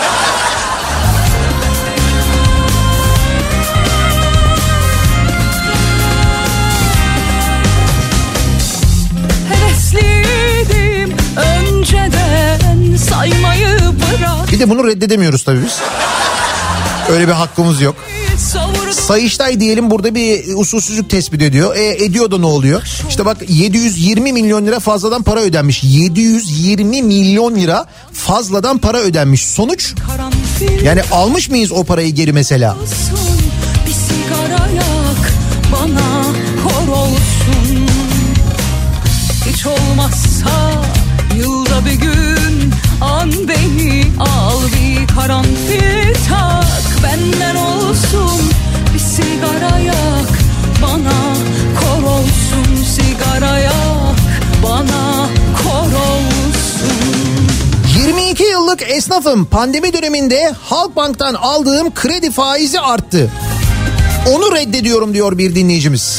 Bir de bunu reddedemiyoruz tabii biz. Öyle bir hakkımız yok. Sayıştay diyelim burada bir usulsüzlük tespit ediyor. E, ediyor da ne oluyor? İşte bak, yedi yüz yirmi milyon lira fazladan para ödenmiş. yedi yüz yirmi milyon lira fazladan para ödenmiş. Sonuç? Yani almış mıyız o parayı geri mesela? Bir sigara yak bana, kor olsun. Hiç olmazsa yılda bir gün an beni al, bir karanfil tak benden olsun. Bir sigara yak bana, kor olsun. Sigara yak bana, kor olsun. yirmi iki yıllık esnafım, pandemi döneminde Halkbank'tan aldığım kredi faizi arttı. Onu reddediyorum diyor bir dinleyicimiz.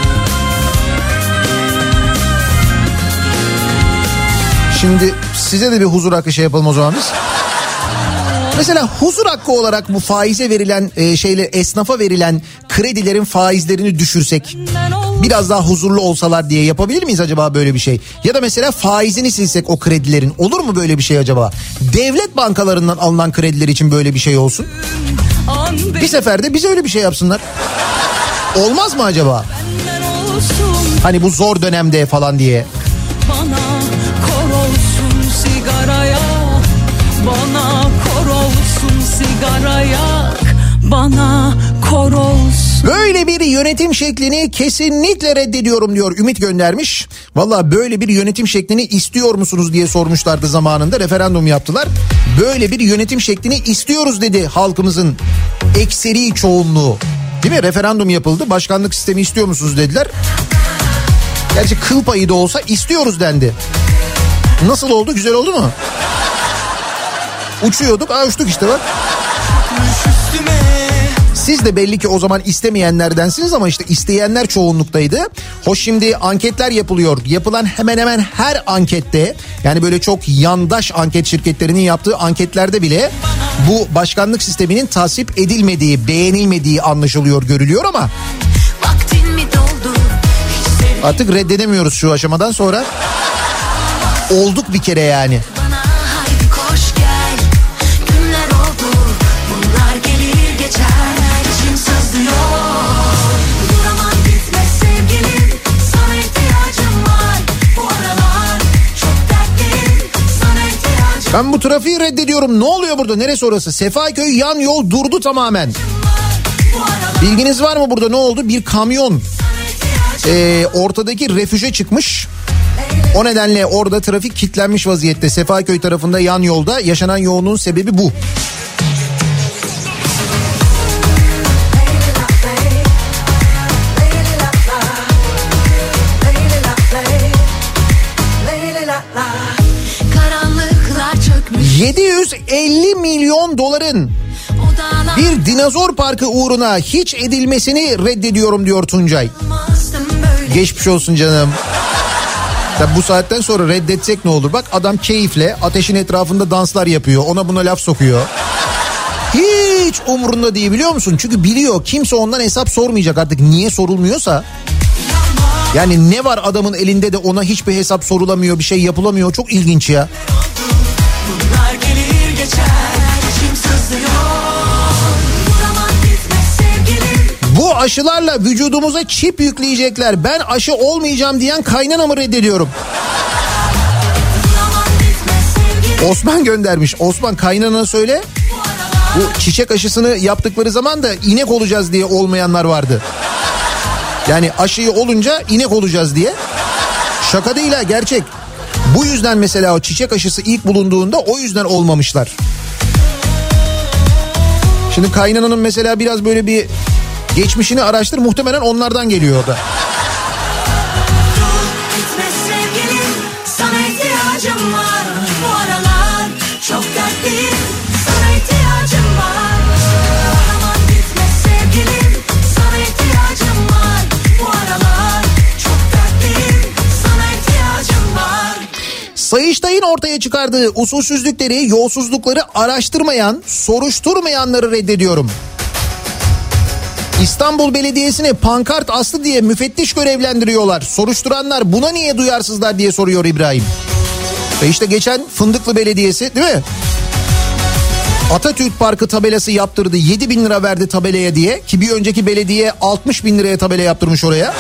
Şimdi size de bir huzur hakkı şey yapalım o zaman biz. Mesela huzur hakkı olarak bu faize verilen e, şeyle esnafa verilen kredilerin faizlerini düşürsek, biraz daha huzurlu olsalar diye yapabilir miyiz acaba böyle bir şey? Ya da mesela faizini silsek o kredilerin, olur mu böyle bir şey acaba? Devlet bankalarından alınan krediler için böyle bir şey olsun. Bir seferde bize öyle bir şey yapsınlar. Olmaz mı acaba? Hani bu zor dönemde falan diye. Bana kor olsun sigaraya, bana kor olsun sigaraya, bana kor olsun. Böyle bir yönetim şeklini kesinlikle reddediyorum diyor, Ümit göndermiş. Valla böyle bir yönetim şeklini istiyor musunuz diye sormuşlardı zamanında, referandum yaptılar. Böyle bir yönetim şeklini istiyoruz dedi halkımızın ekseri çoğunluğu. Değil mi? Referandum yapıldı, başkanlık sistemi istiyor musunuz dediler. Gerçi kıl payı da olsa istiyoruz dendi. Nasıl oldu? Güzel oldu mu? Uçuyorduk, aa uçtuk işte bak. Siz de belli ki o zaman istemeyenlerdensiniz ama işte isteyenler çoğunluktaydı. Hoş şimdi anketler yapılıyor. Yapılan hemen hemen her ankette, yani böyle çok yandaş anket şirketlerinin yaptığı anketlerde bile bu başkanlık sisteminin tasvip edilmediği, beğenilmediği anlaşılıyor, görülüyor ama artık reddedemiyoruz şu aşamadan sonra. Olduk bir kere yani. Ben bu trafiği reddediyorum. Ne oluyor burada? Neresi orası? Sefaköy yan yol durdu tamamen. Bilginiz var mı burada ne oldu? Bir kamyon e, ortadaki refüje çıkmış. O nedenle orada trafik kilitlenmiş vaziyette. Sefaköy tarafında yan yolda yaşanan yoğunluğun sebebi bu. yedi yüz elli milyon doların bir dinozor parkı uğruna hiç edilmesini reddediyorum diyor Tuncay. Geçmiş olsun canım. Tabi bu saatten sonra reddetsek ne olur? Bak adam keyifle ateşin etrafında danslar yapıyor. Ona buna laf sokuyor. Hiç umurunda değil, biliyor musun? Çünkü biliyor kimse ondan hesap sormayacak artık, niye sorulmuyorsa. Yani ne var adamın elinde de ona hiçbir hesap sorulamıyor, bir şey yapılamıyor. Çok ilginç ya. Bu aşılarla vücudumuza çip yükleyecekler. Ben aşı olmayacağım diyen kaynanamı reddediyorum. Osman göndermiş. Osman, kaynanana söyle. Bu çiçek aşısını yaptıkları zaman da inek olacağız diye olmayanlar vardı. Yani aşıyı olunca inek olacağız diye. Şaka değil ha, gerçek. Bu yüzden mesela o çiçek aşısı ilk bulunduğunda o yüzden olmamışlar. Şimdi kaynananın mesela biraz böyle bir geçmişini araştır, muhtemelen onlardan geliyor o da. Sayıştay'ın ortaya çıkardığı usulsüzlükleri, yolsuzlukları araştırmayan, soruşturmayanları reddediyorum. İstanbul Belediyesi'ni pankart aslı diye müfettiş görevlendiriyorlar. Soruşturanlar buna niye duyarsızlar diye soruyor İbrahim. Ve işte geçen Fındıklı Belediyesi, değil mi? Atatürk Parkı tabelası yaptırdı. yedi bin lira verdi tabelaya diye. Ki bir önceki belediye altmış bin liraya tabela yaptırmış oraya.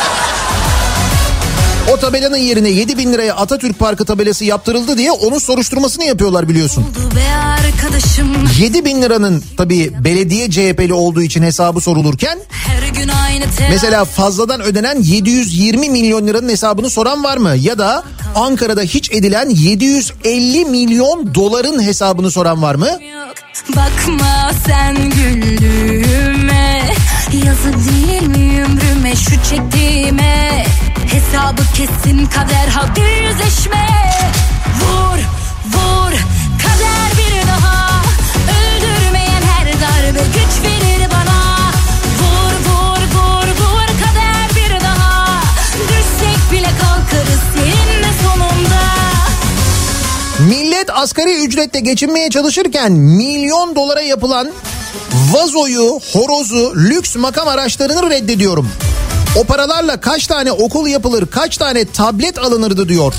O tabelanın yerine yedi bin liraya Atatürk Parkı tabelası yaptırıldı diye onun soruşturmasını yapıyorlar, biliyorsun. yedi bin liranın tabii belediye C H P'li olduğu için hesabı sorulurken mesela fazladan ödenen yedi yüz yirmi milyon liranın hesabını soran var mı? Ya da Ankara'da hiç edilen yedi yüz elli milyon doların hesabını soran var mı? Bakma sen güldüğüme, yazı değil mi ömrüme, şu çektiğime. Hesabı kesin kader, hadi yüzleşme. Vur vur kader bir daha, öldürmeyen her darbe güç verir bana. Vur vur vur vur kader bir daha, düşsek bile kalkarız seninle sonunda. Millet asgari ücretle geçinmeye çalışırken milyon dolara yapılan vazoyu, horozu, lüks makam araçlarını reddediyorum. O paralarla kaç tane okul yapılır, kaç tane tablet alınırdı diyor.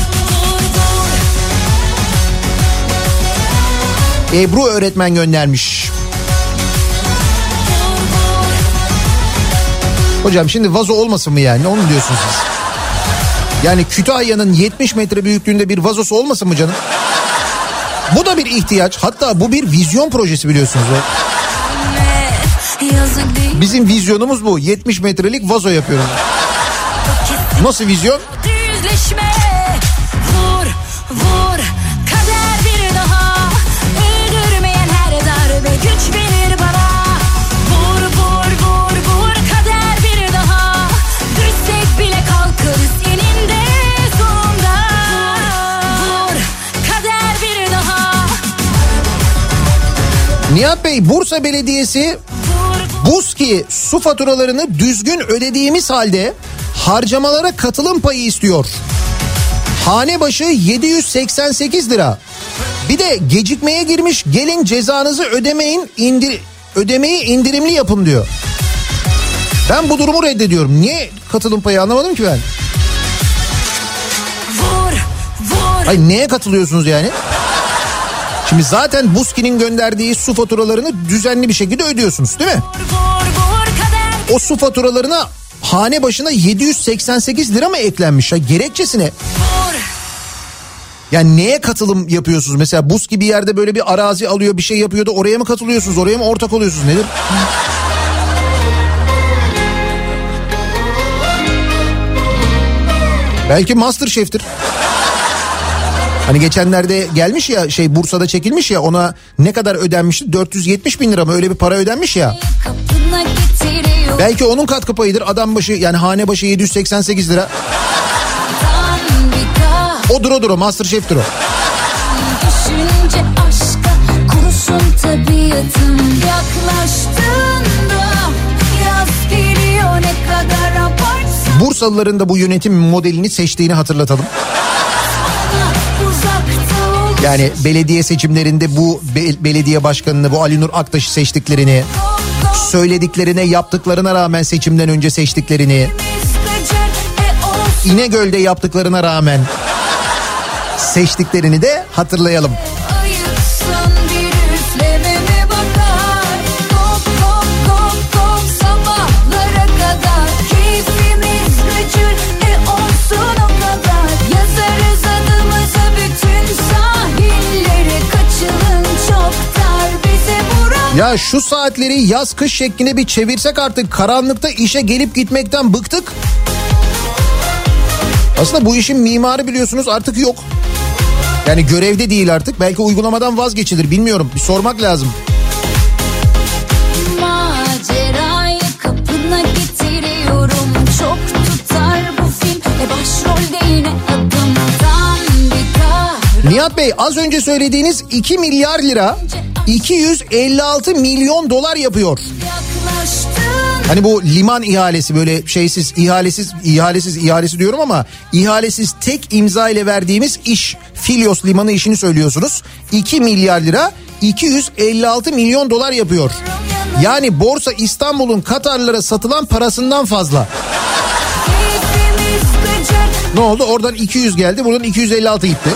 Ebru öğretmen göndermiş. Hocam şimdi vazo olmasın mı yani, onu diyorsunuz siz? Yani Kütahya'nın yetmiş metre büyüklüğünde bir vazosu olmasın mı canım? Bu da bir ihtiyaç, hatta bu bir vizyon projesi, biliyorsunuz o. Bizim vizyonumuz bu. yetmiş metrelik vazo yapıyoruz. Nasıl vizyon? Yüzleşme, vur, vur, kader bir daha, öldürmeyen her darbe güç verir bana. Vur, vur, vur, vur, kader bir daha, düşsek bile kalkarız eninde sonunda. Vur, kader bir daha. Nihat Bey, Bursa Belediyesi Buzki su faturalarını düzgün ödediğimiz halde harcamalara katılım payı istiyor. Hane başı yedi yüz seksen sekiz lira. Bir de gecikmeye girmiş, gelin cezanızı ödemeyin, indir, ödemeyi indirimli yapın diyor. Ben bu durumu reddediyorum. Niye katılım payı anlamadım ki ben. Vur, vur. Hayır, neye katılıyorsunuz yani? Şimdi zaten Buzki'nin gönderdiği su faturalarını düzenli bir şekilde ödüyorsunuz değil mi? Vur, vur kader. O su faturalarına hane başına yedi yüz seksen sekiz lira mı eklenmiş? Ya gerekçesine. Vur. Yani neye katılım yapıyorsunuz? Mesela Buzki bir yerde böyle bir arazi alıyor, bir şey yapıyor da oraya mı katılıyorsunuz? Oraya mı ortak oluyorsunuz? Nedir? Belki MasterChef'tir. Hani geçenlerde gelmiş ya, şey Bursa'da çekilmiş ya, ona ne kadar ödenmişti? dört yüz yetmiş bin lira mı? Öyle bir para ödenmiş ya. Belki onun katkı payıdır. Adam başı, yani hane başı yedi yüz seksen sekiz lira. Odur odur o, MasterChef'tir o. Düşünce aşka kurusun tabiatım, yaklaştığında yaz geliyor ne kadar abartsan. Bursalıların da bu yönetim modelini seçtiğini hatırlatalım. Yani belediye seçimlerinde bu be- belediye başkanını, bu Ali Nur Aktaş'ı seçtiklerini, söylediklerine, yaptıklarına rağmen seçimden önce seçtiklerini, İnegöl'de yaptıklarına rağmen seçtiklerini de hatırlayalım. Ya şu saatleri yaz kış şeklinde bir çevirsek artık, karanlıkta işe gelip gitmekten bıktık. Aslında bu işin mimarı biliyorsunuz artık yok. Yani görevde değil artık. Belki uygulamadan vazgeçilir, bilmiyorum. Bir sormak lazım. Macerayı kapına getiriyorum. Çok tutar bu film. E başrolde yine adımdan bir kahraman. Nihat Bey, az önce söylediğiniz iki milyar lira iki yüz elli altı milyon dolar yapıyor. Hani bu liman ihalesi, böyle şeysiz, ihalesiz, ihalesiz, ihalesi diyorum ama ihalesiz tek imza ile verdiğimiz iş, Filyos Limanı işini söylüyorsunuz. iki milyar lira iki yüz elli altı milyon dolar yapıyor. Yani Borsa İstanbul'un Katarlara satılan parasından fazla. Ne oldu? Oradan iki yüz geldi, buradan iki yüz elli altı gitti.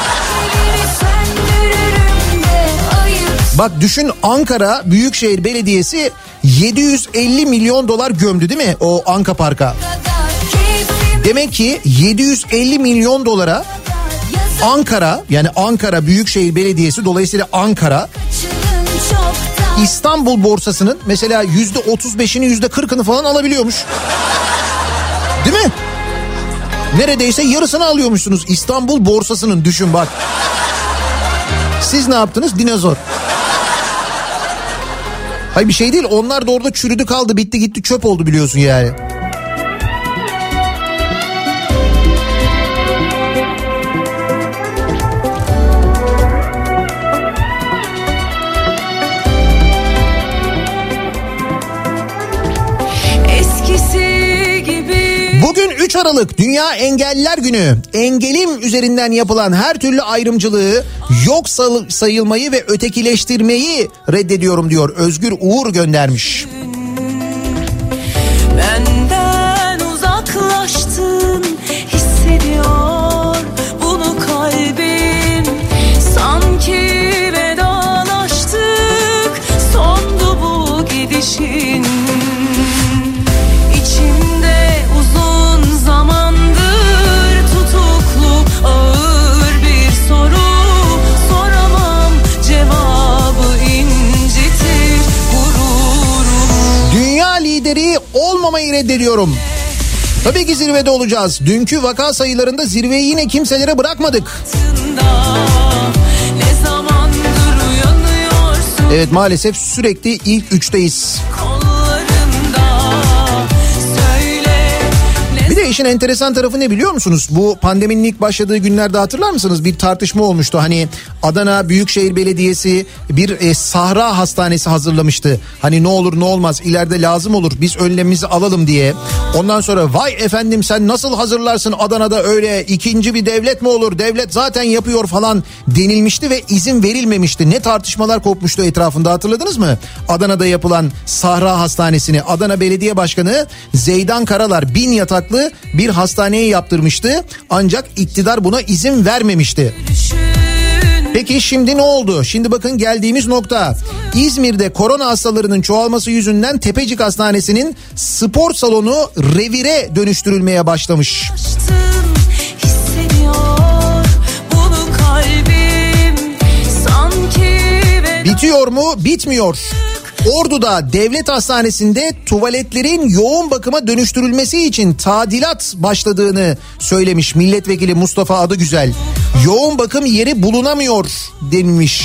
Bak düşün, Ankara Büyükşehir Belediyesi yedi yüz elli milyon dolar gömdü değil mi o Anka Park'a? Demek ki yedi yüz elli milyon dolara Ankara, yani Ankara Büyükşehir Belediyesi, dolayısıyla Ankara, İstanbul borsasının mesela yüzde otuz beşini yüzde kırkını falan alabiliyormuş. Değil mi? Neredeyse yarısını alıyormuşsunuz İstanbul borsasının, düşün bak. Siz ne yaptınız? Dinozor. Hayır bir şey değil, onlar da orada çürüdü kaldı, bitti gitti, çöp oldu biliyorsun yani. Eskisi gibi. Bugün üç Aralık Dünya Engelliler Günü. Engelim üzerinden yapılan her türlü ayrımcılığı, yok sayılmayı ve ötekileştirmeyi reddediyorum diyor. Özgür Uğur göndermiş. Benden uzaklaştın, hissediyor bunu kalbim. Sanki vedalaştık, sondu bu gidişin. İçimde uzun zamandır tutuklu ağır bir soru. Soramam, cevabı incitir gururum. Dünya lideri olmamayı reddediyorum. Tabii ki zirvede olacağız. Dünkü vaka sayılarında zirveyi yine kimselere bırakmadık. Evet, maalesef sürekli ilk üçteyiz. Bir de işin enteresan tarafı ne biliyor musunuz? Bu pandeminin ilk başladığı günlerde hatırlar mısınız? Bir tartışma olmuştu. Hani Adana Büyükşehir Belediyesi bir e, sahra hastanesi hazırlamıştı. Hani ne olur ne olmaz ileride lazım olur biz önlemimizi alalım diye. Ondan sonra vay efendim sen nasıl hazırlarsın Adana'da öyle ikinci bir devlet mi olur? Devlet zaten yapıyor falan denilmişti ve izin verilmemişti. Ne tartışmalar kopmuştu etrafında, hatırladınız mı? Adana'da yapılan sahra hastanesini Adana Belediye Başkanı Zeydan Karalar bin yataklı bir hastaneye yaptırmıştı. Ancak iktidar buna izin vermemişti. Peki şimdi ne oldu? Şimdi bakın geldiğimiz nokta. İzmir'de korona hastalarının çoğalması yüzünden Tepecik Hastanesi'nin spor salonu revire dönüştürülmeye başlamış. Bitiyor mu? Bitmiyor. Ordu'da devlet hastanesinde tuvaletlerin yoğun bakıma dönüştürülmesi için tadilat başladığını söylemiş milletvekili Mustafa Adıgüzel. Yoğun bakım yeri bulunamıyor denilmiş.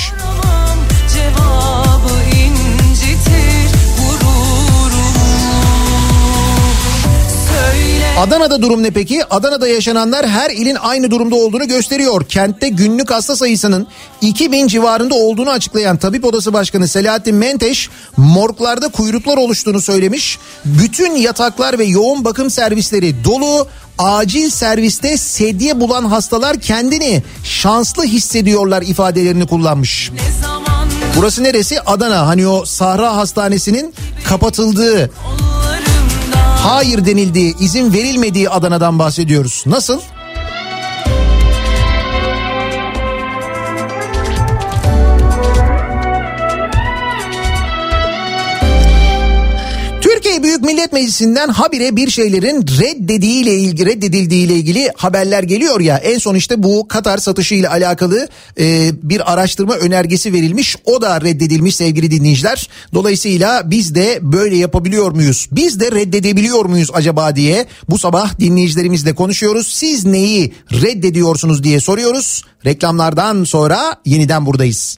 Adana'da durum ne peki? Adana'da yaşananlar her ilin aynı durumda olduğunu gösteriyor. Kentte günlük hasta sayısının iki bin civarında olduğunu açıklayan Tabip Odası Başkanı Selahattin Menteş, morglarda kuyruklar oluştuğunu söylemiş. Bütün yataklar ve yoğun bakım servisleri dolu. Acil serviste sedye bulan hastalar kendini şanslı hissediyorlar ifadelerini kullanmış. Burası neresi? Adana. Hani o Sahra Hastanesi'nin kapatıldığı, hayır denildiği, izin verilmediği Adana'dan bahsediyoruz. Nasıl? Türkiye Büyük Millet Meclisi'nden habire bir şeylerin reddedildiğiyle ilgili, reddedildiğiyle ilgili haberler geliyor ya. En son işte bu Katar satışı ile alakalı e, bir araştırma önergesi verilmiş. O da reddedilmiş sevgili dinleyiciler. Dolayısıyla biz de böyle yapabiliyor muyuz? Biz de reddedebiliyor muyuz acaba diye bu sabah dinleyicilerimizle konuşuyoruz. Siz neyi reddediyorsunuz diye soruyoruz. Reklamlardan sonra yeniden buradayız.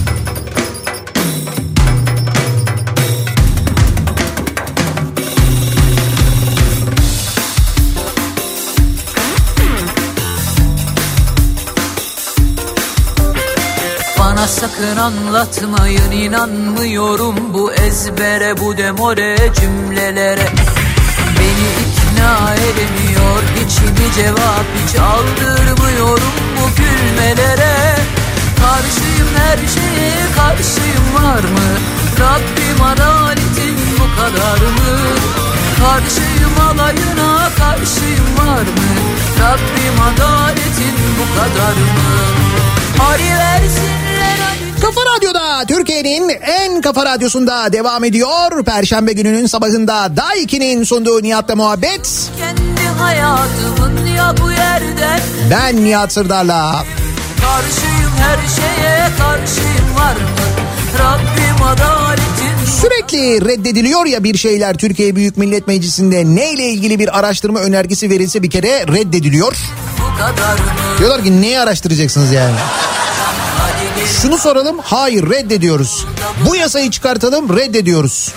Bana sakın anlatmayın, inanmıyorum bu ezbere, bu demore cümlelere. Beni ikna edemiyor, içimi cevap hiç aldırmıyorum bu gülmelere. Karşıyım her şeye, karşıyım var mı? Rabbim adaletin bu kadar mı? Karşıyım alayına, karşıyım var mı? Rabbim adaletin bu kadar mı? Hadi versinler hadi. Kafa Radyo'da, Türkiye'nin en kafa radyosunda devam ediyor. Perşembe gününün sabahında Daiki'nin sunduğu Nihat'la muhabbet. Kendi hayatımın ya bu yerden. Ben Nihat Sırdar'la. Karşıyım her şeye, karşıyım var mı? Rabbim adaletin. Sürekli reddediliyor ya bir şeyler Türkiye Büyük Millet Meclisi'nde. Neyle ilgili bir araştırma önergesi verilse bir kere reddediliyor. Diyorlar ki neyi araştıracaksınız yani? Şunu soralım, hayır reddediyoruz. Bu yasayı çıkartalım, reddediyoruz.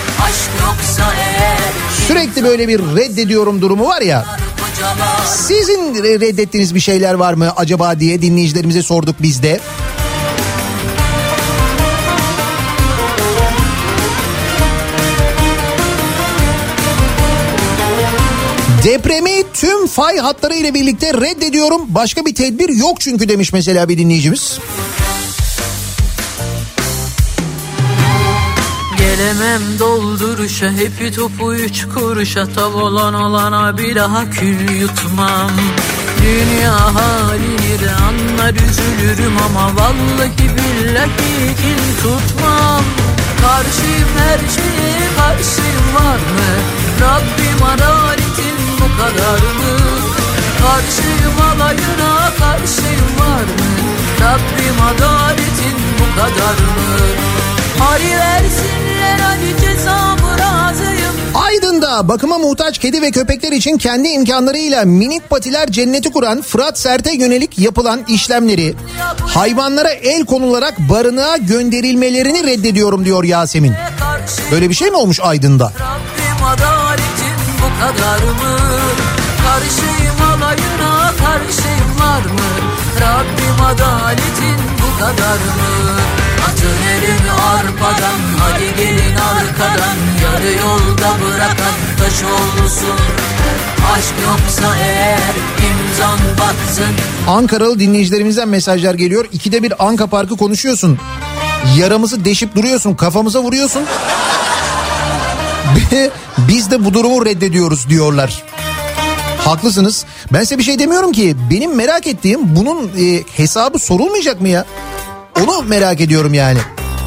Sürekli böyle bir reddediyorum durumu var ya. Sizin reddettiğiniz bir şeyler var mı acaba diye dinleyicilerimize sorduk biz de. Depremi tüm fay hatları ile birlikte reddediyorum. Başka bir tedbir yok çünkü demiş mesela bir dinleyicimiz. Gelemem dolduruşa, hepi topu üç kuruşa, tav olan olana bir daha kül yutmam. Dünya halini de anlar üzülürüm ama vallahi billahi kin tutmam. Karşıyım her şeye, karşıyım var mı? Rabbim adaletin bu kadar mı? Karşıyım alayına, karşıyım var mı? Rabbim adaletin bu kadar mı? Hadi versinler hadi cezamı razıyım. Aydın'da bakıma muhtaç kedi ve köpekler için kendi imkanlarıyla minik patiler cenneti kuran Fırat Sert'e yönelik yapılan işlemleri hayvanlara el konularak barınağa gönderilmelerini reddediyorum diyor Yasemin. Böyle bir şey mi olmuş Aydın'da? Rabbim adaletin bu kadar mı? Karşıyım alayına, karşıyım var mı? Rabbim adaletin bu kadar mı? Atın elini arpadan, hadi gelin arkadan. Yarı yolda bırakan taş olsun. Aşk yoksa eğer imzan batsın. Ankaralı dinleyicilerimizden mesajlar geliyor. İkide bir Anka Parkı konuşuyorsun. Yaramızı deşip duruyorsun, kafamıza vuruyorsun. Biz de bu durumu reddediyoruz diyorlar. Haklısınız. Ben size bir şey demiyorum ki. Benim merak ettiğim bunun e, hesabı sorulmayacak mı ya? Onu merak ediyorum yani.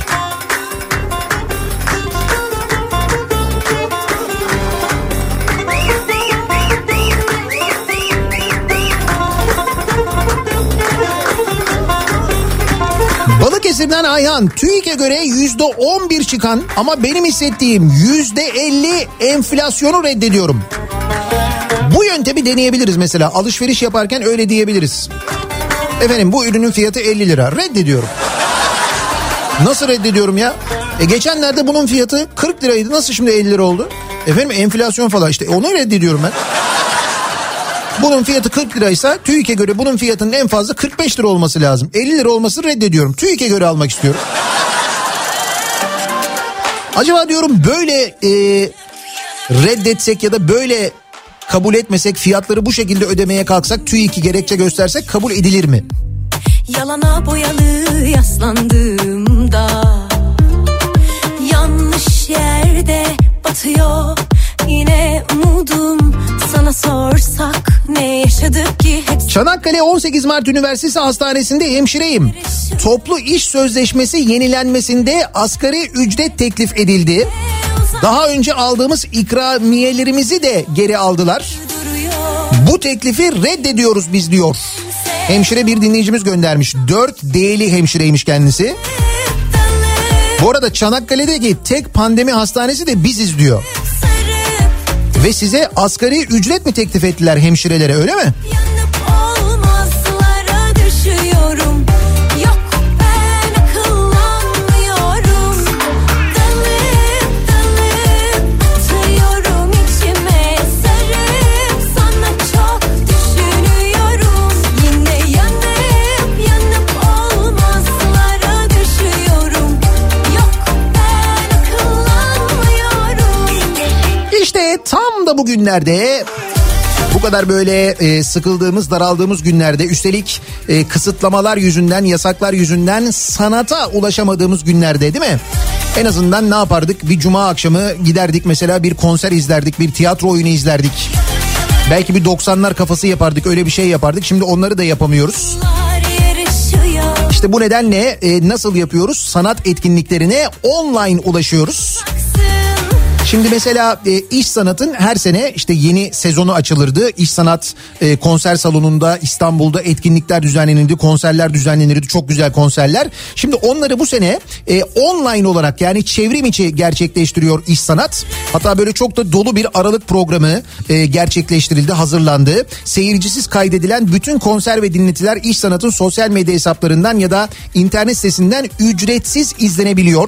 Balıkesir'den Ayhan, TÜİK'e göre yüzde on bir çıkan ama benim hissettiğim yüzde elli enflasyonu reddediyorum. Bu yöntemi deneyebiliriz mesela, alışveriş yaparken öyle diyebiliriz. Efendim bu ürünün fiyatı elli lira, reddediyorum. Nasıl reddediyorum ya? E geçenlerde bunun fiyatı kırk liraydı, nasıl şimdi elli lira oldu? Efendim enflasyon falan, işte onu reddediyorum ben. Bunun fiyatı kırk liraysa TÜİK'e göre bunun fiyatının en fazla kırk beş lira olması lazım. elli lira olmasını reddediyorum. TÜİK'e göre almak istiyorum. Acaba diyorum böyle e, reddetsek ya da böyle kabul etmesek, fiyatları bu şekilde ödemeye kalksak, TÜİK'i gerekçe göstersek kabul edilir mi? Yalana boyalı yaslandığımda yanlış yerde batıyor yine umudum. Sana sorsak ne yaşadık ki hepsi... Çanakkale on sekiz Mart Üniversitesi Hastanesi'nde hemşireyim. Toplu iş sözleşmesi yenilenmesinde asgari ücret teklif edildi. Daha önce aldığımız ikramiyelerimizi de geri aldılar. Bu teklifi reddediyoruz biz diyor. Hemşire bir dinleyicimiz göndermiş. dört D'li hemşireymiş kendisi. Bu arada Çanakkale'deki tek pandemi hastanesi de biziz diyor. Ve size asgari ücret mi teklif ettiler hemşirelere, öyle mi? Tam da bugünlerde, bu kadar böyle e, sıkıldığımız, daraldığımız günlerde, üstelik e, kısıtlamalar yüzünden, yasaklar yüzünden sanata ulaşamadığımız günlerde, değil mi? En azından ne yapardık? Bir cuma akşamı giderdik mesela, bir konser izlerdik, bir tiyatro oyunu izlerdik. Belki bir doksanlar kafası yapardık, öyle bir şey yapardık. Şimdi onları da yapamıyoruz. İşte bu nedenle e, nasıl yapıyoruz? Sanat etkinliklerine online ulaşıyoruz. Şimdi mesela e, İş Sanat'ın her sene işte yeni sezonu açılırdı. İş Sanat e, konser salonunda İstanbul'da etkinlikler düzenlenirdi, konserler düzenlenirdi, çok güzel konserler. Şimdi onları bu sene e, online olarak, yani çevrim içi gerçekleştiriyor İş Sanat. Hatta böyle çok da dolu bir Aralık programı e, gerçekleştirildi, hazırlandı. Seyircisiz kaydedilen bütün konser ve dinletiler İş Sanat'ın sosyal medya hesaplarından ya da internet sitesinden ücretsiz izlenebiliyor.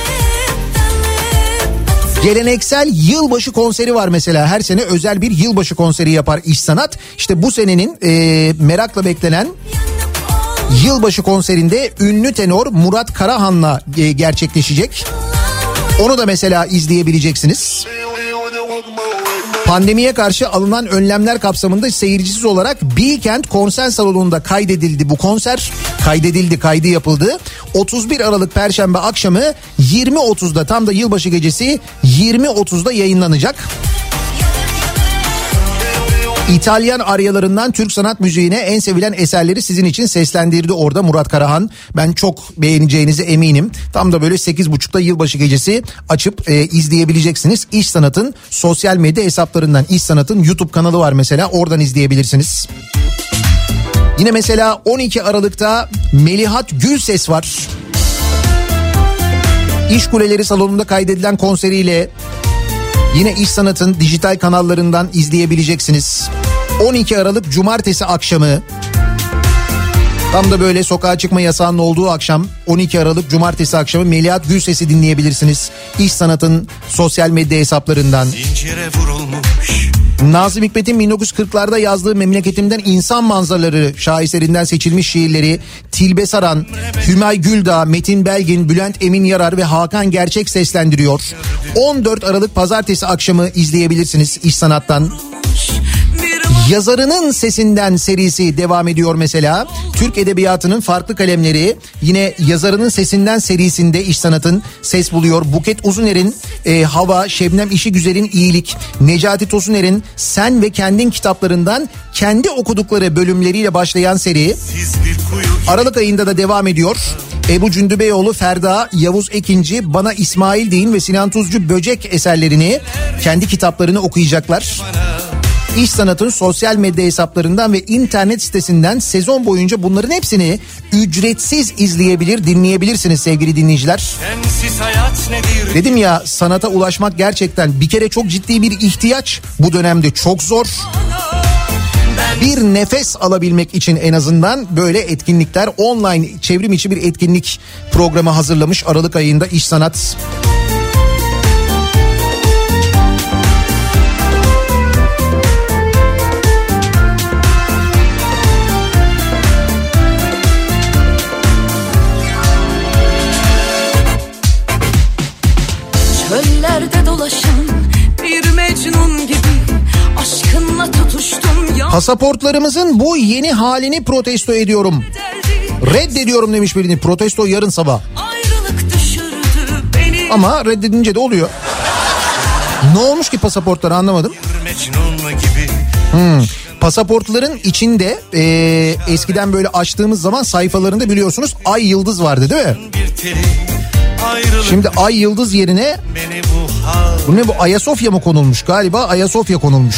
Geleneksel yılbaşı konseri var mesela, her sene özel bir yılbaşı konseri yapar İş Sanat. İşte bu senenin e, merakla beklenen yılbaşı konserinde ünlü tenor Murat Karahan'la e, gerçekleşecek. Onu da mesela izleyebileceksiniz. Pandemiye karşı alınan önlemler kapsamında seyircisiz olarak Beekend konser salonunda kaydedildi bu konser. Kaydedildi, kaydı yapıldı. otuz bir Aralık Perşembe akşamı yirmi otuzda, tam da yılbaşı gecesi yirmi otuzda yayınlanacak. İtalyan aryalarından Türk sanat müziğine en sevilen eserleri sizin için seslendirdi orada Murat Karahan. Ben çok beğeneceğinize eminim. Tam da böyle sekiz buçukta yılbaşı gecesi açıp e, izleyebileceksiniz. İş Sanat'ın sosyal medya hesaplarından, İş Sanat'ın YouTube kanalı var mesela, oradan izleyebilirsiniz. Yine mesela on iki Aralık'ta Melihat Gülses var. İş Kuleleri Salonu'nda kaydedilen konseriyle yine İş Sanat'ın dijital kanallarından izleyebileceksiniz. on iki Aralık Cumartesi akşamı, tam da böyle sokağa çıkma yasağının olduğu akşam, on iki Aralık Cumartesi akşamı Melihat Gülses'i dinleyebilirsiniz İş Sanat'ın sosyal medya hesaplarından. Nazım Hikmet'in bin dokuz yüz kırklarda yazdığı Memleketimden İnsan Manzaraları şaheserlerinden seçilmiş şiirleri Tilbe Saran, Hümay Güldağ, Metin Belgin, Bülent Emin Yarar ve Hakan Gerçek seslendiriyor. on dört Aralık Pazartesi akşamı izleyebilirsiniz İş Sanat'tan. Yazarının Sesinden serisi devam ediyor mesela. Türk Edebiyatı'nın farklı kalemleri yine Yazarının Sesinden serisinde İş Sanat'ın ses buluyor. Buket Uzuner'in e, Hava, Şebnem İşigüzel'in İyilik, Necati Tosuner'in Sen ve Kendin kitaplarından kendi okudukları bölümleriyle başlayan seri Aralık ayında da devam ediyor. Ebu Cündübeyoğlu, Ferda, Yavuz Ekinci, Bana İsmail Deyin ve Sinan Tuzcu Böcek eserlerini, kendi kitaplarını okuyacaklar. İş Sanat'ın sosyal medya hesaplarından ve internet sitesinden sezon boyunca bunların hepsini ücretsiz izleyebilir, dinleyebilirsiniz sevgili dinleyiciler. Dedim ya, sanata ulaşmak gerçekten bir kere çok ciddi bir ihtiyaç. Bu dönemde çok zor. Bir nefes alabilmek için en azından böyle etkinlikler, online çevrim içi bir etkinlik programı hazırlamış Aralık ayında İş Sanat. Çöllerde dolaşan bir Mecnun gibi aşkınla tutuştum ya. Pasaportlarımızın bu yeni halini protesto ediyorum. Reddediyorum demiş birini. Protesto yarın sabah. Ama reddedince de oluyor. Ne olmuş ki pasaportlara, anlamadım. Hmm. Pasaportların içinde e, eskiden böyle açtığımız zaman sayfalarında biliyorsunuz ay yıldız vardı değil mi? Şimdi ay yıldız yerine bu ne, bu Ayasofya mı konulmuş? Galiba Ayasofya konulmuş.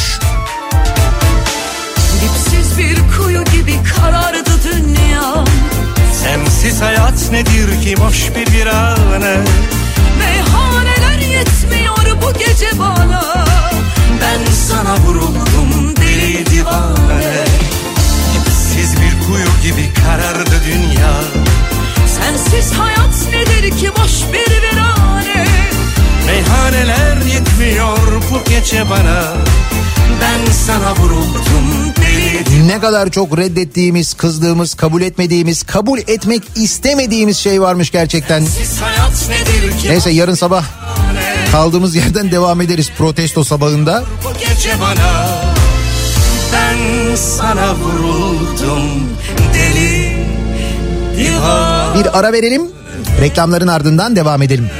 Dipsiz bir kuyu gibi karardı dünya. Sensiz hayat nedir ki boş bir virane. Meyhaneler yetmiyor bu gece bana. Ben sana vuruldum deli divane. Dipsiz bir kuyu gibi karardı dünya. Sensiz hayat nedir ki boş bir virane. Meyhaneler yetmiyor bu gece bana. Ben sana vuruldum deli. Ne kadar çok reddettiğimiz, kızdığımız, kabul etmediğimiz, kabul etmek istemediğimiz şey varmış gerçekten. Neyse, yarın sabah kaldığımız yerden devam ederiz protesto sabahında. Bu gece bana ben sana vuruldum deli divan. Bir ara verelim. Reklamların ardından devam edelim.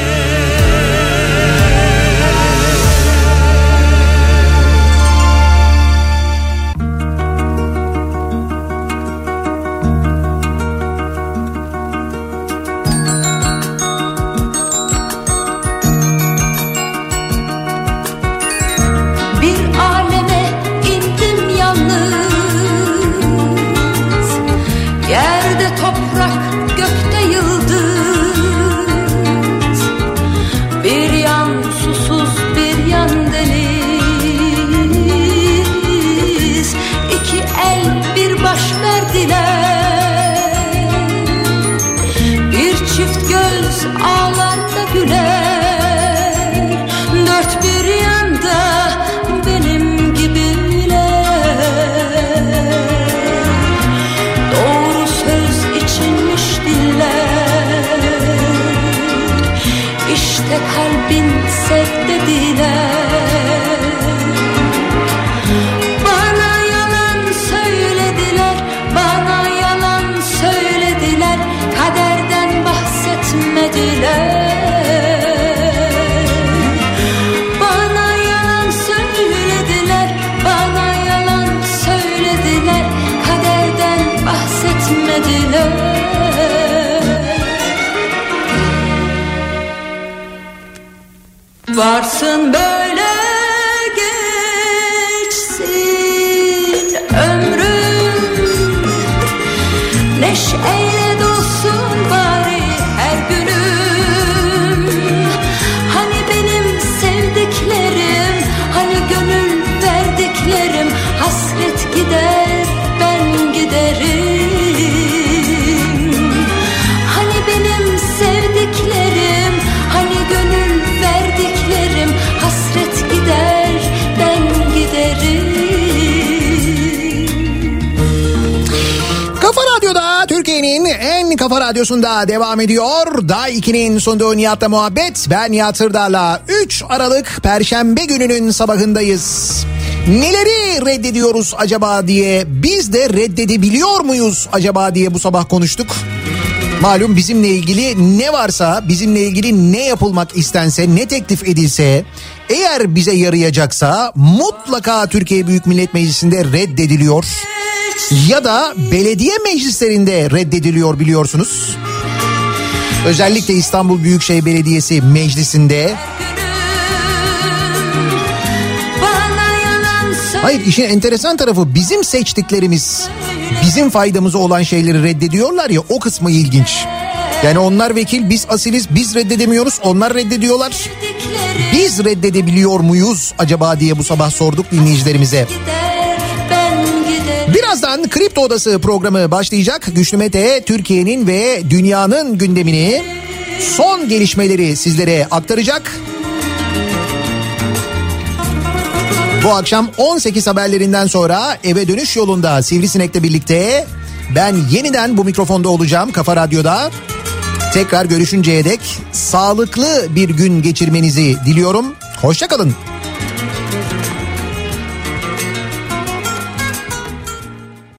Varsın böyle geçsin ömrüm, neşeyle dolsun bari her günüm. Hani benim sevdiklerim, hani gönül verdiklerim, hasret gider ben giderim. Hani benim sevdiklerim, hani gönül verdiklerim, hasret gider ben giderim. Kafa Radyosu'nda devam ediyor. Day iki'nin sunduğu Nihat'la muhabbet. Ben Nihat Hırdar'la üç Aralık Perşembe gününün sabahındayız. Neleri reddediyoruz acaba diye, biz de reddedebiliyor muyuz acaba diye bu sabah konuştuk. Malum bizimle ilgili ne varsa, bizimle ilgili ne yapılmak istense, ne teklif edilse, eğer bize yarayacaksa mutlaka Türkiye Büyük Millet Meclisi'nde reddediliyor. Ya da belediye meclislerinde reddediliyor biliyorsunuz. Özellikle İstanbul Büyükşehir Belediyesi meclisinde. Hayır, işin enteresan tarafı bizim seçtiklerimiz, bizim faydamıza olan şeyleri reddediyorlar ya, o kısmı ilginç. Yani onlar vekil, biz asiliz, biz reddedemiyoruz, onlar reddediyorlar. Biz reddedebiliyor muyuz acaba diye bu sabah sorduk dinleyicilerimize. Birazdan Kripto Odası programı başlayacak. Güçlü Mete Türkiye'nin ve dünyanın gündemini, son gelişmeleri sizlere aktaracak. Bu akşam on sekiz haberlerinden sonra eve dönüş yolunda Sivrisinek'le birlikte ben yeniden bu mikrofonda olacağım Kafa Radyo'da. Tekrar görüşünceye dek sağlıklı bir gün geçirmenizi diliyorum. Hoşça kalın.